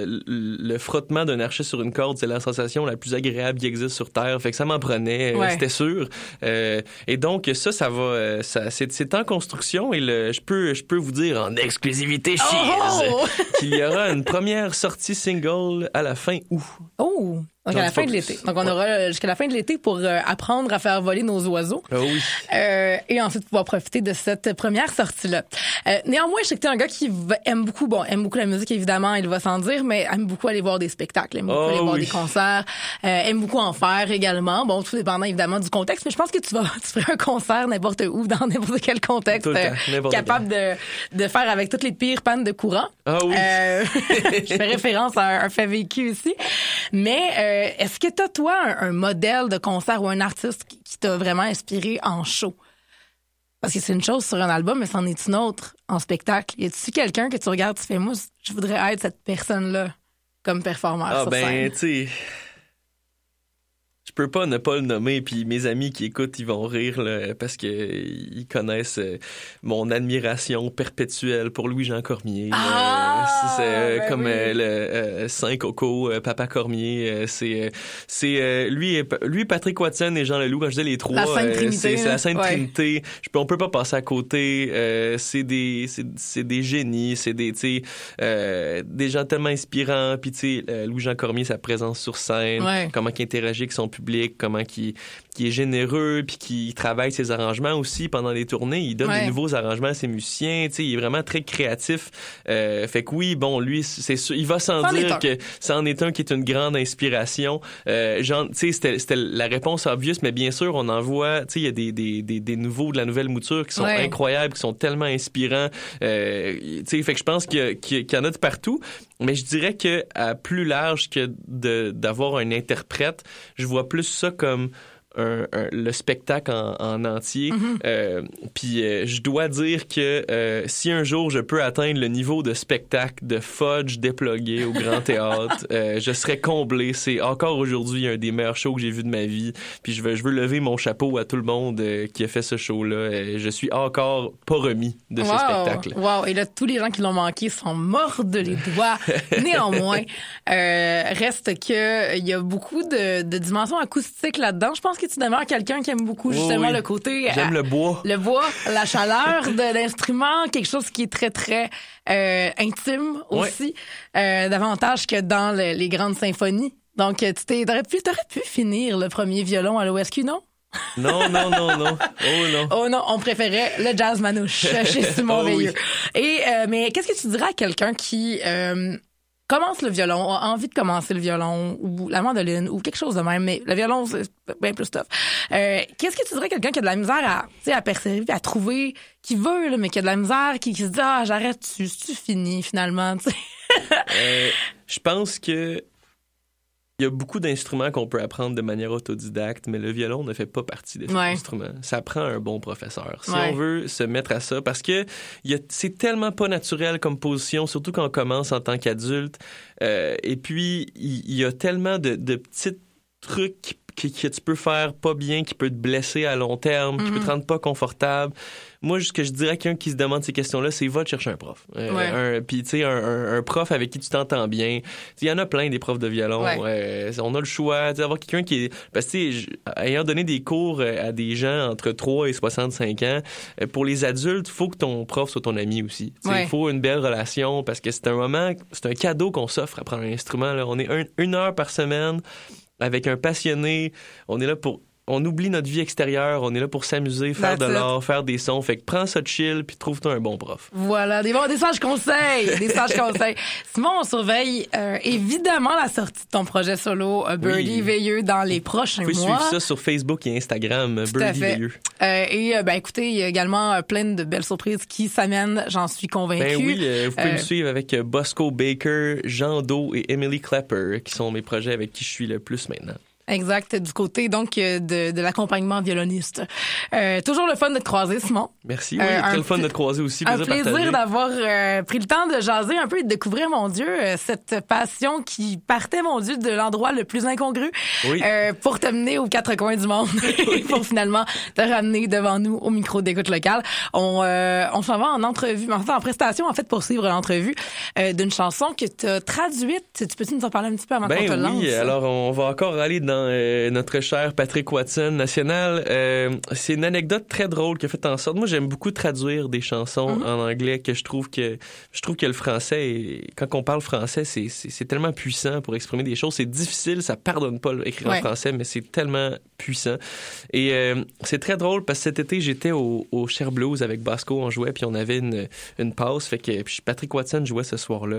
le frottement d'un archet sur une corde, c'est la sensation la plus agréable qui existe sur Terre. Fait que ça m'en prenait, c'était sûr. Et donc, ça va, c'est en construction et je peux vous dire en exclusivité Chiz qu'il y aura une première sortie single à la fin août. Oh! Donc, à la fin de l'été. Donc, on aura jusqu'à la fin de l'été pour apprendre à faire voler nos oiseaux. Ah oui. Et ensuite pouvoir profiter de cette première sortie-là. Néanmoins, je sais que t'es un gars qui aime beaucoup la musique, évidemment, il va sans dire, mais aime beaucoup aller voir des spectacles, aime beaucoup aller voir des concerts, aime beaucoup en faire également. Bon, tout dépendant, évidemment, du contexte, mais je pense que tu ferais un concert n'importe où, dans n'importe quel contexte, capable de faire avec toutes les pires pannes de courant. Ah oui. Je fais référence à un fait vécu ici. Mais, est-ce que t'as, toi, un modèle de concert ou un artiste qui t'a vraiment inspiré en show? Parce que c'est une chose sur un album, mais c'en est une autre en spectacle. Y a-tu quelqu'un que tu regardes, tu fais, moi, je voudrais être cette personne-là comme performeur sur scène? Tu sais... Je peux pas ne pas le nommer, puis mes amis qui écoutent, ils vont rire là, parce que ils connaissent mon admiration perpétuelle pour Louis-Jean Cormier. Comme le Saint Coco, Papa Cormier. C'est lui, Patrick Watson et Jean Leloup. Quand je disais les trois, la Sainte Trinité, c'est la Sainte Trinité. On peut pas passer à côté. C'est des génies, c'est des gens tellement inspirants. Puis tu sais, Louis-Jean Cormier, sa présence sur scène, comment il interagit avec son public, comment qui est généreux, puis qui travaille ses arrangements aussi pendant les tournées. Il donne des nouveaux arrangements à ses musiciens. Tu sais, il est vraiment très créatif. Fait que oui, lui, c'est sûr, il va sans dire que ça en est un qui est une grande inspiration. Tu sais, c'était la réponse obvious, mais bien sûr, on en voit. Tu sais, il y a des nouveaux de la nouvelle mouture qui sont incroyables, qui sont tellement inspirants. Tu sais, fait que je pense qu'il y en a de partout. Mais je dirais que à plus large que d'avoir un interprète, je vois plus ça comme le spectacle en entier. Puis je dois dire que si un jour je peux atteindre le niveau de spectacle de Fudge déplugué au Grand Théâtre, je serais comblé. C'est encore aujourd'hui un des meilleurs shows que j'ai vu de ma vie. Puis je veux lever mon chapeau à tout le monde qui a fait ce show-là. Je suis encore pas remis de ce spectacle. Wow! Et là, tous les gens qui l'ont manqué sont mordent les doigts. Néanmoins, reste que il y a beaucoup de dimensions acoustiques là-dedans. Je pense que tu demeures quelqu'un qui aime beaucoup justement le côté... J'aime le bois. Le bois, la chaleur de l'instrument, quelque chose qui est très, très intime aussi, davantage que dans les grandes symphonies. Donc, t'aurais pu finir le premier violon à l'OSQ, non? Non. Oh non. Oh non, on préférait le jazz manouche chez Simon Veilleux. Et mais qu'est-ce que tu dirais à quelqu'un qui... commence le violon, a envie de commencer le violon ou la mandoline ou quelque chose de même, mais le violon, c'est bien plus tough. Qu'est-ce que tu dirais à quelqu'un qui a de la misère à persévérer, à trouver, qui veut, là, mais qui a de la misère, qui se dit « Ah, j'arrête, tu finis finalement », tu sais? Je pense que il y a beaucoup d'instruments qu'on peut apprendre de manière autodidacte, mais le violon ne fait pas partie de ces instruments. Ça prend un bon professeur. Si on veut se mettre à ça, parce que c'est tellement pas naturel comme position, surtout quand on commence en tant qu'adulte. Et puis, il y a tellement de petits trucs que tu peux faire pas bien, qui peut te blesser à long terme, qui peut te rendre pas confortable. Moi, ce que je dirais à quelqu'un qui se demande ces questions-là, c'est va te chercher un prof. Puis, tu sais, un prof avec qui tu t'entends bien. Il y en a plein des profs de violon. On a le choix d'avoir quelqu'un qui est... Parce que, tu sais, ayant donné des cours à des gens entre 3 et 65 ans, pour les adultes, il faut que ton prof soit ton ami aussi. Il faut une belle relation parce que c'est un cadeau qu'on s'offre à prendre un instrument. Là. On est une heure par semaine avec un passionné. On oublie notre vie extérieure, on est là pour s'amuser, faire de l'art, faire des sons. Fait que prends ça chill, puis trouve-toi un bon prof. Voilà, des sages conseils, Simon, on surveille évidemment la sortie de ton projet solo Birdie Veilleux dans les prochains mois. Vous pouvez suivre ça sur Facebook et Instagram, Birdie Veilleux. Écoutez, il y a également plein de belles surprises qui s'amènent, j'en suis convaincue. Vous pouvez me suivre avec Bosco Baker, Jean Do et Emily Clapper, qui sont mes projets avec qui je suis le plus maintenant. Exact, du côté donc de l'accompagnement violoniste. Toujours le fun de te croiser, Simon. Merci, très le fun de te croiser aussi. Un plaisir d'avoir pris le temps de jaser un peu et de découvrir, mon Dieu, cette passion qui partait, mon Dieu, de l'endroit le plus incongru pour te mener aux quatre coins du monde et pour finalement te ramener devant nous au micro d'écoute locale. On s'en va en entrevue, en prestation, en fait, pour suivre l'entrevue d'une chanson que tu as traduite. Tu peux-tu nous en parler un petit peu avant qu'on te lance? Oui, alors on va encore aller dans notre cher Patrick Watson national. C'est une anecdote très drôle qui a fait en sorte... Moi, j'aime beaucoup traduire des chansons en anglais que je trouve que le français, quand on parle français, c'est tellement puissant pour exprimer des choses. C'est difficile, ça pardonne pas l'écrire en français, mais c'est tellement puissant. Et c'est très drôle parce que cet été, j'étais au Cher Blues avec Bosco, on jouait, puis on avait une pause. Fait que puis Patrick Watson jouait ce soir-là.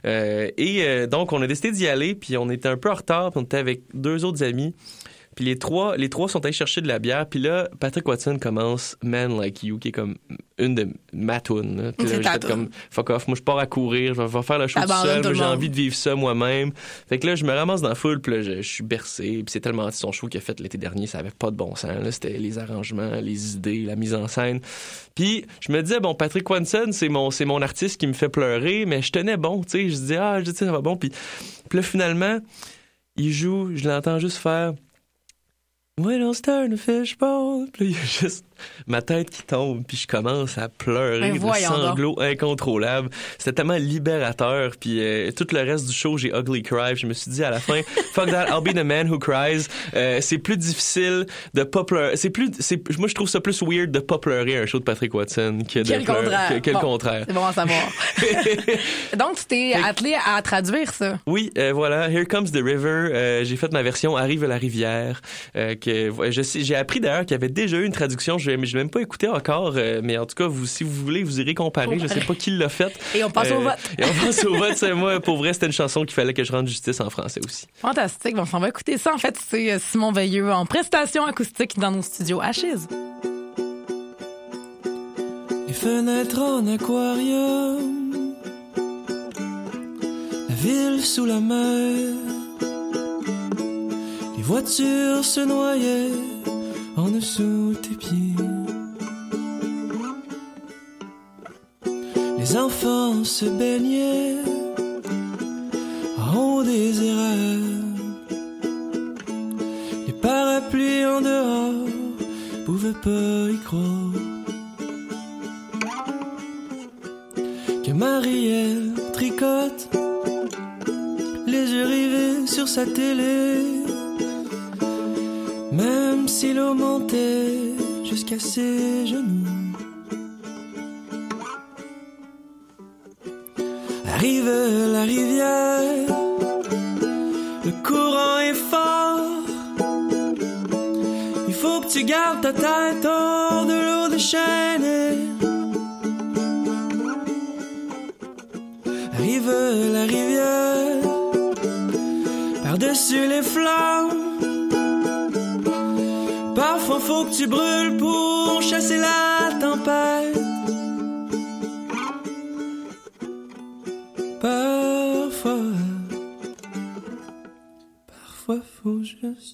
Donc, on a décidé d'y aller, puis on était un peu en retard, puis on était avec deux autres amis. Puis les trois sont allés chercher de la bière. Puis là, Patrick Watson commence Man Like You, qui est comme une de ma tunes. Puis là, j'ai fait comme fuck off, moi je pars à courir, je vais faire la chose tout seul, moi, j'ai envie de vivre ça moi-même. Fait que là, je me ramasse dans la foule, puis là, je suis bercé. Puis c'est tellement son show qu'il a fait l'été dernier, ça avait pas de bon sens. Là, c'était les arrangements, les idées, la mise en scène. Puis je me disais, bon, Patrick Watson, c'est mon artiste qui me fait pleurer, mais je tenais bon, tu sais. Je disais, ça va bon. Puis là, finalement, il joue, je l'entends juste faire We don't start a fishbowl. Puis il y a juste ma tête qui tombe, puis je commence à pleurer de sanglots incontrôlables. C'était tellement libérateur, puis tout le reste du show, j'ai ugly cry. Je me suis dit à la fin, fuck that, I'll be the man who cries. C'est plus difficile de pas pleurer. Moi, je trouve ça plus weird de pas pleurer à un show de Patrick Watson que de pleurer. Quel contraire. C'est bon à savoir. Donc, tu t'es attelé à traduire ça. Oui, voilà. Here Comes the River. J'ai fait ma version Arrive la rivière. J'ai appris d'ailleurs qu'il y avait déjà eu une traduction. Je l'ai même pas écouté encore, mais en tout cas, si vous voulez, vous irez comparer. Je sais pas qui l'a fait. Et on passe au vote. Et on passe au vote. Moi, pour vrai, c'était une chanson qu'il fallait que je rende justice en français aussi. Fantastique. Bon, on va écouter ça. En fait, c'est Simon Veilleux en prestation acoustique dans nos studios à Chiz. Les fenêtres en aquarium, la ville sous la mer, les voitures se noyaient en dessous tes pieds. Les enfants se baignaient en haut des érables. Les parapluies en dehors pouvaient pas y croire que Marielle tricote, les yeux rivés sur sa télé. Même si l'eau montait jusqu'à ses genoux. Arrive la rivière, le courant est fort. Il faut que tu gardes ta tête hors de l'eau déchaînée. Arrive la rivière, par-dessus les flammes. Parfois faut que tu brûles pour chasser la tempête. Parfois faut juste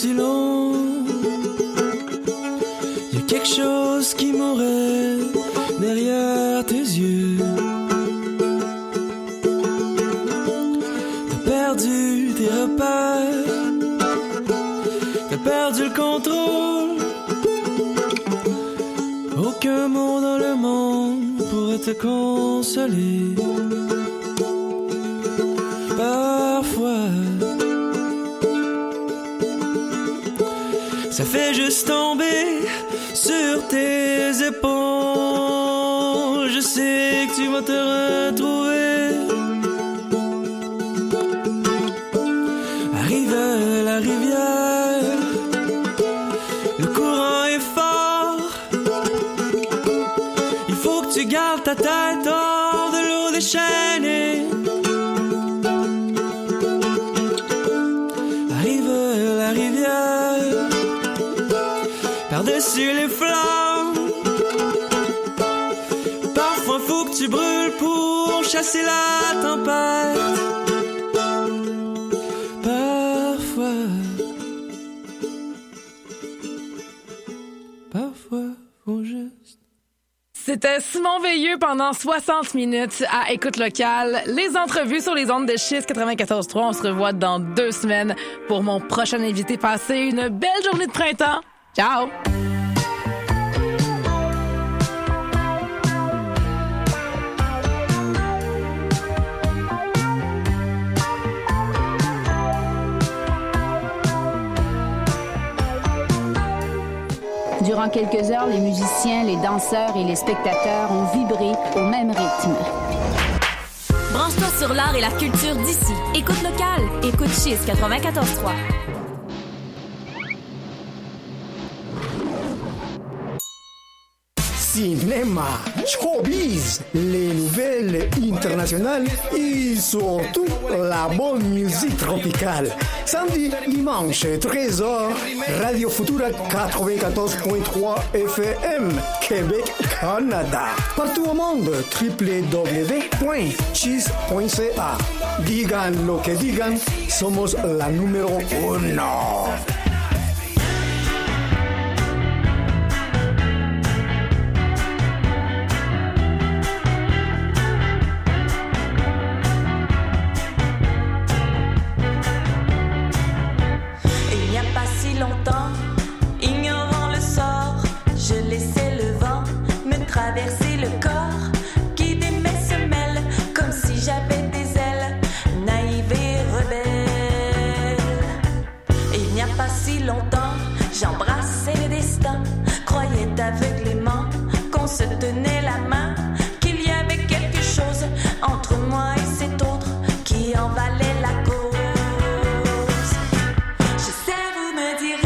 si long. Y a quelque chose qui m'aurait derrière tes yeux. T'as perdu tes repères, t'as perdu le contrôle. Aucun mot dans le monde pourrait te consoler. Parfois, ça fait juste tomber sur tes épaules. Je sais que tu vas te retrouver. Arrive la rivière, le courant est fort. Il faut que tu gardes ta tête hors de l'eau déchaînée. Arrive la rivière, par-dessus les flammes. Parfois faut que tu brûles pour chasser la tempête. Parfois faut juste... C'était Simon Veilleux pendant 60 minutes à Écoute locale. Les entrevues sur les ondes de Chiz 94.3. On se revoit dans 2 semaines pour mon prochain invité. Passez une belle journée de printemps. Ciao! Durant quelques heures, les musiciens, les danseurs et les spectateurs ont vibré au même rythme. Branche-toi sur l'art et la culture d'ici. Écoute locale. Écoute Chiz 94.3. Cinéma, showbiz, les nouvelles internationales et surtout la bonne musique tropicale. Samedi, dimanche, 13h, Radio Futura 94.3 FM, Québec, Canada. Partout au monde, www.chiz.ca. Digan lo que digan, somos la número 1. Traverser le corps, guider mes semelles, comme si j'avais des ailes, naïve et rebelle. Et il n'y a pas si longtemps, j'embrassais le destin, croyais aveuglément qu'on se tenait la main, qu'il y avait quelque chose entre moi et cet autre qui en valait la cause. Je sais, vous me direz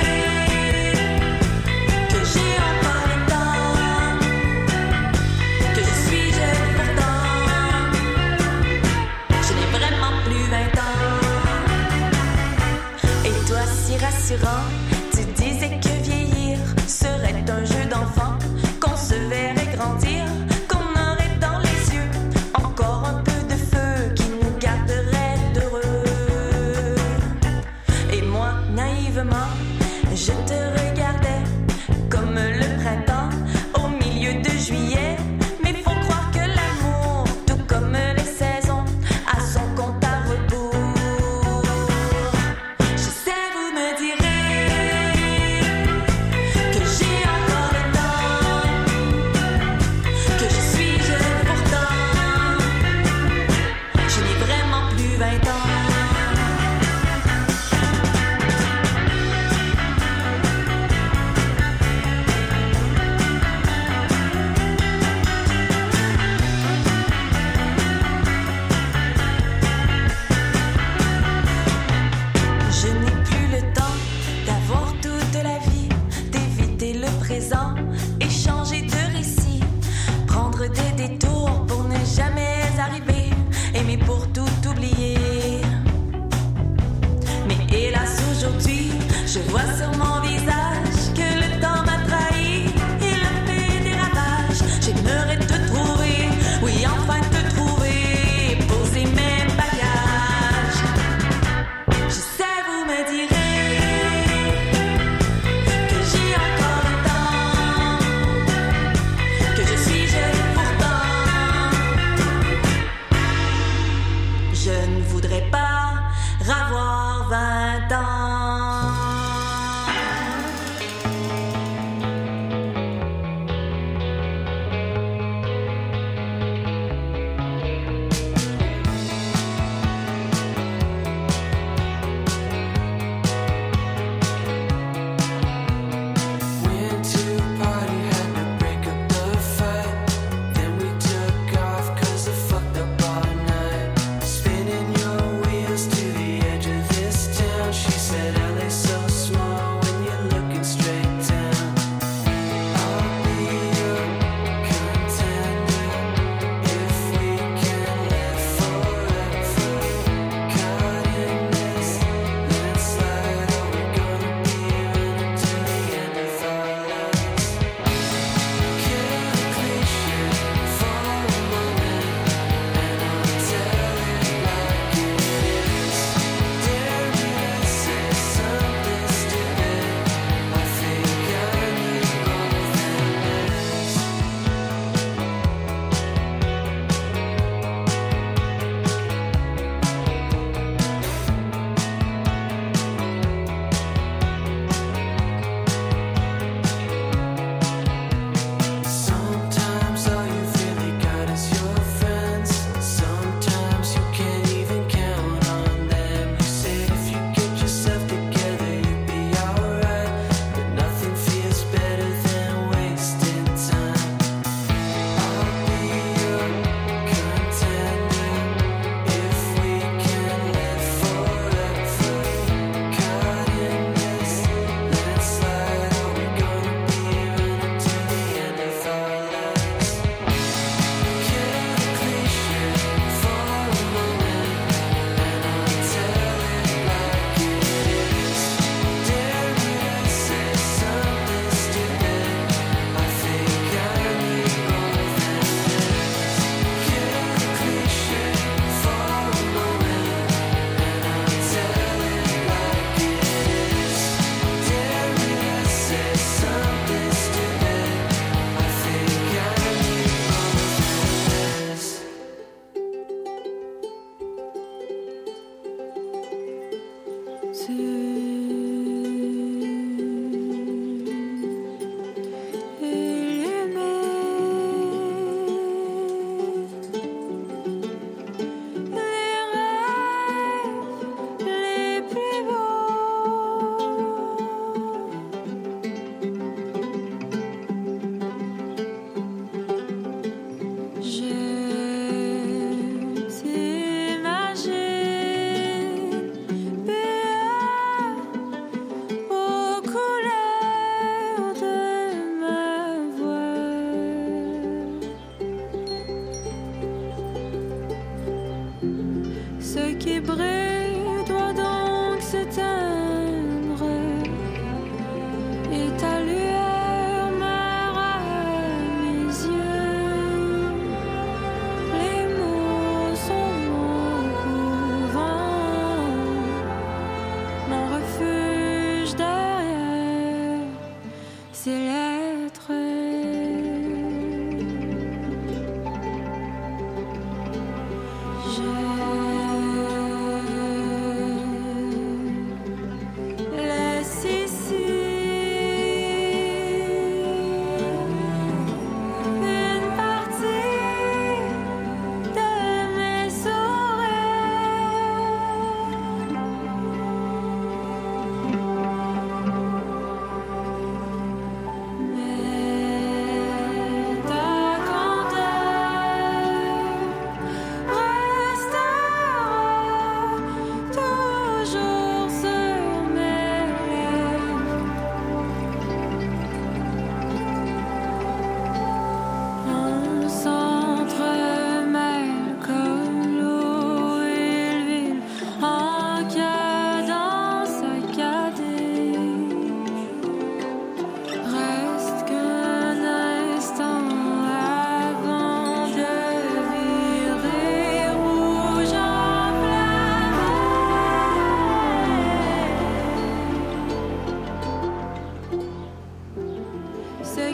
que j'ai encore le temps, que je suis jeune pourtant, je n'ai vraiment plus 20 ans. Et toi si rassurant, tu disais que vieillir serait un jeu d'enfant, qu'on se verrait grandir, qu'on aurait dans les yeux encore un peu de feu qui nous garderait heureux. Et moi, naïvement, je te regardais comme le printemps au milieu de juillet. Mais faut croire que l'amour, tout comme les saisons, a son compte à rebours. Je sais, vous me direz que j'ai encore le temps, que je suis jeune pourtant, je n'ai vraiment plus 20 ans. Je n'ai plus le temps d'avoir toute la vie, d'éviter le présent et changer de récit, prendre des détours pour ne jamais arriver, aimer pour tout oublier. Mais hélas aujourd'hui, je vois sur mon visage que le temps m'a trahi, il a fait des ravages. J'aimerais te trouver, oui enfin te trouver, poser mes bagages. Je sais, vous me direz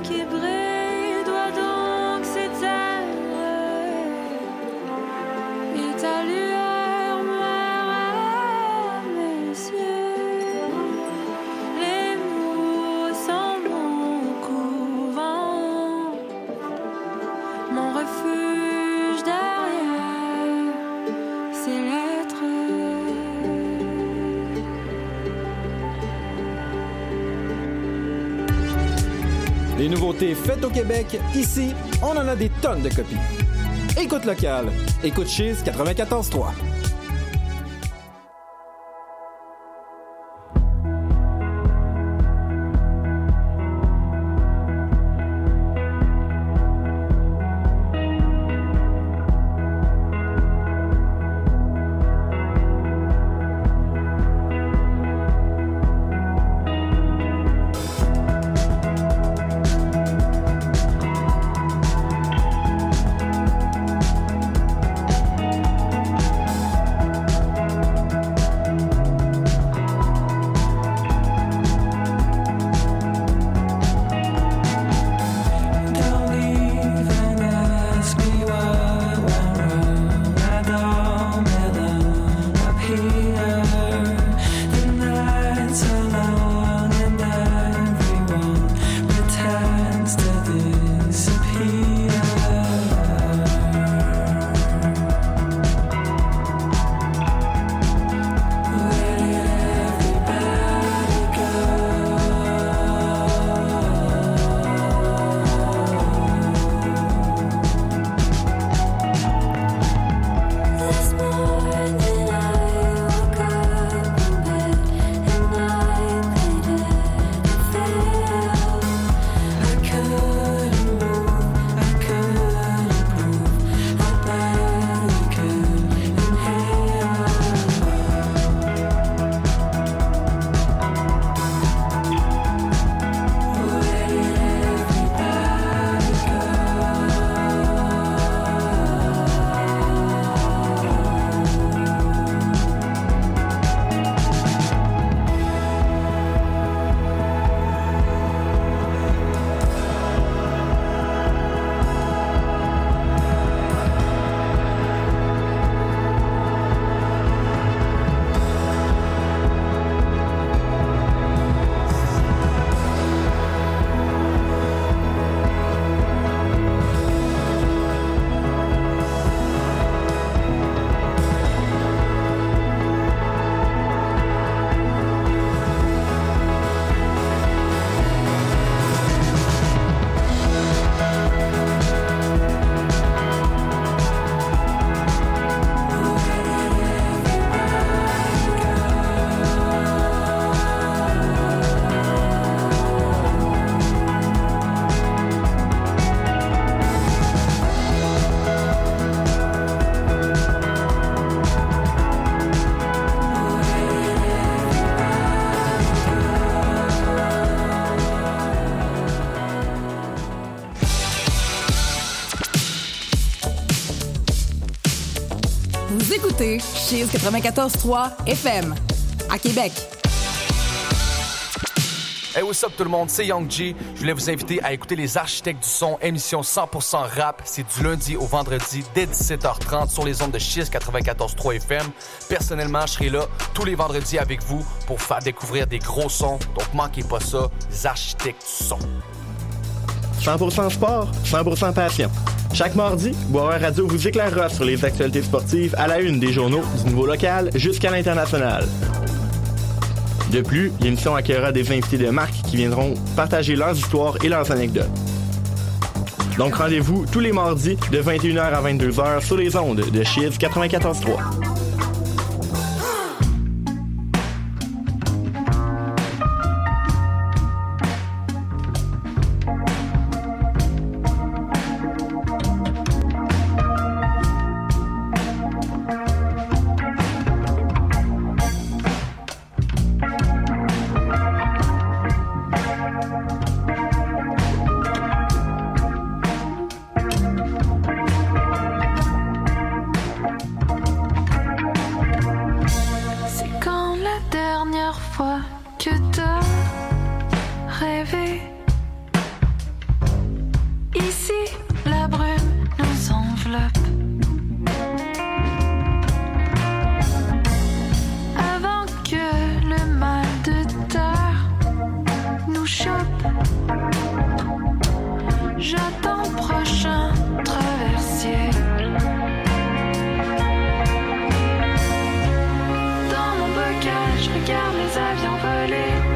qui brille doit donc s'éteindre et ta lueur meurt à mes yeux. Les mots sont mon couvent, mon refuge derrière ces lettres. Les nouveautés faites au Québec, ici, on en a des tonnes de copies. Écoute locale, écoute Chiz 94.3. Vous écoutez Chiz 94.3 FM à Québec. Hey, what's up tout le monde, c'est Young G. Je voulais vous inviter à écouter Les Architectes du Son, émission 100% rap. C'est du lundi au vendredi dès 17h30 sur les ondes de Chiz 94.3 FM. Personnellement, je serai là tous les vendredis avec vous pour vous faire découvrir des gros sons. Donc manquez pas ça, Les Architectes du Son. 100% sport, 100% passion. Chaque mardi, Boisvert Radio vous éclairera sur les actualités sportives à la une des journaux du niveau local jusqu'à l'international. De plus, l'émission accueillera des invités de marque qui viendront partager leurs histoires et leurs anecdotes. Donc rendez-vous tous les mardis de 21h à 22h sur les ondes de Chiz 94.3. regarde les avions voler.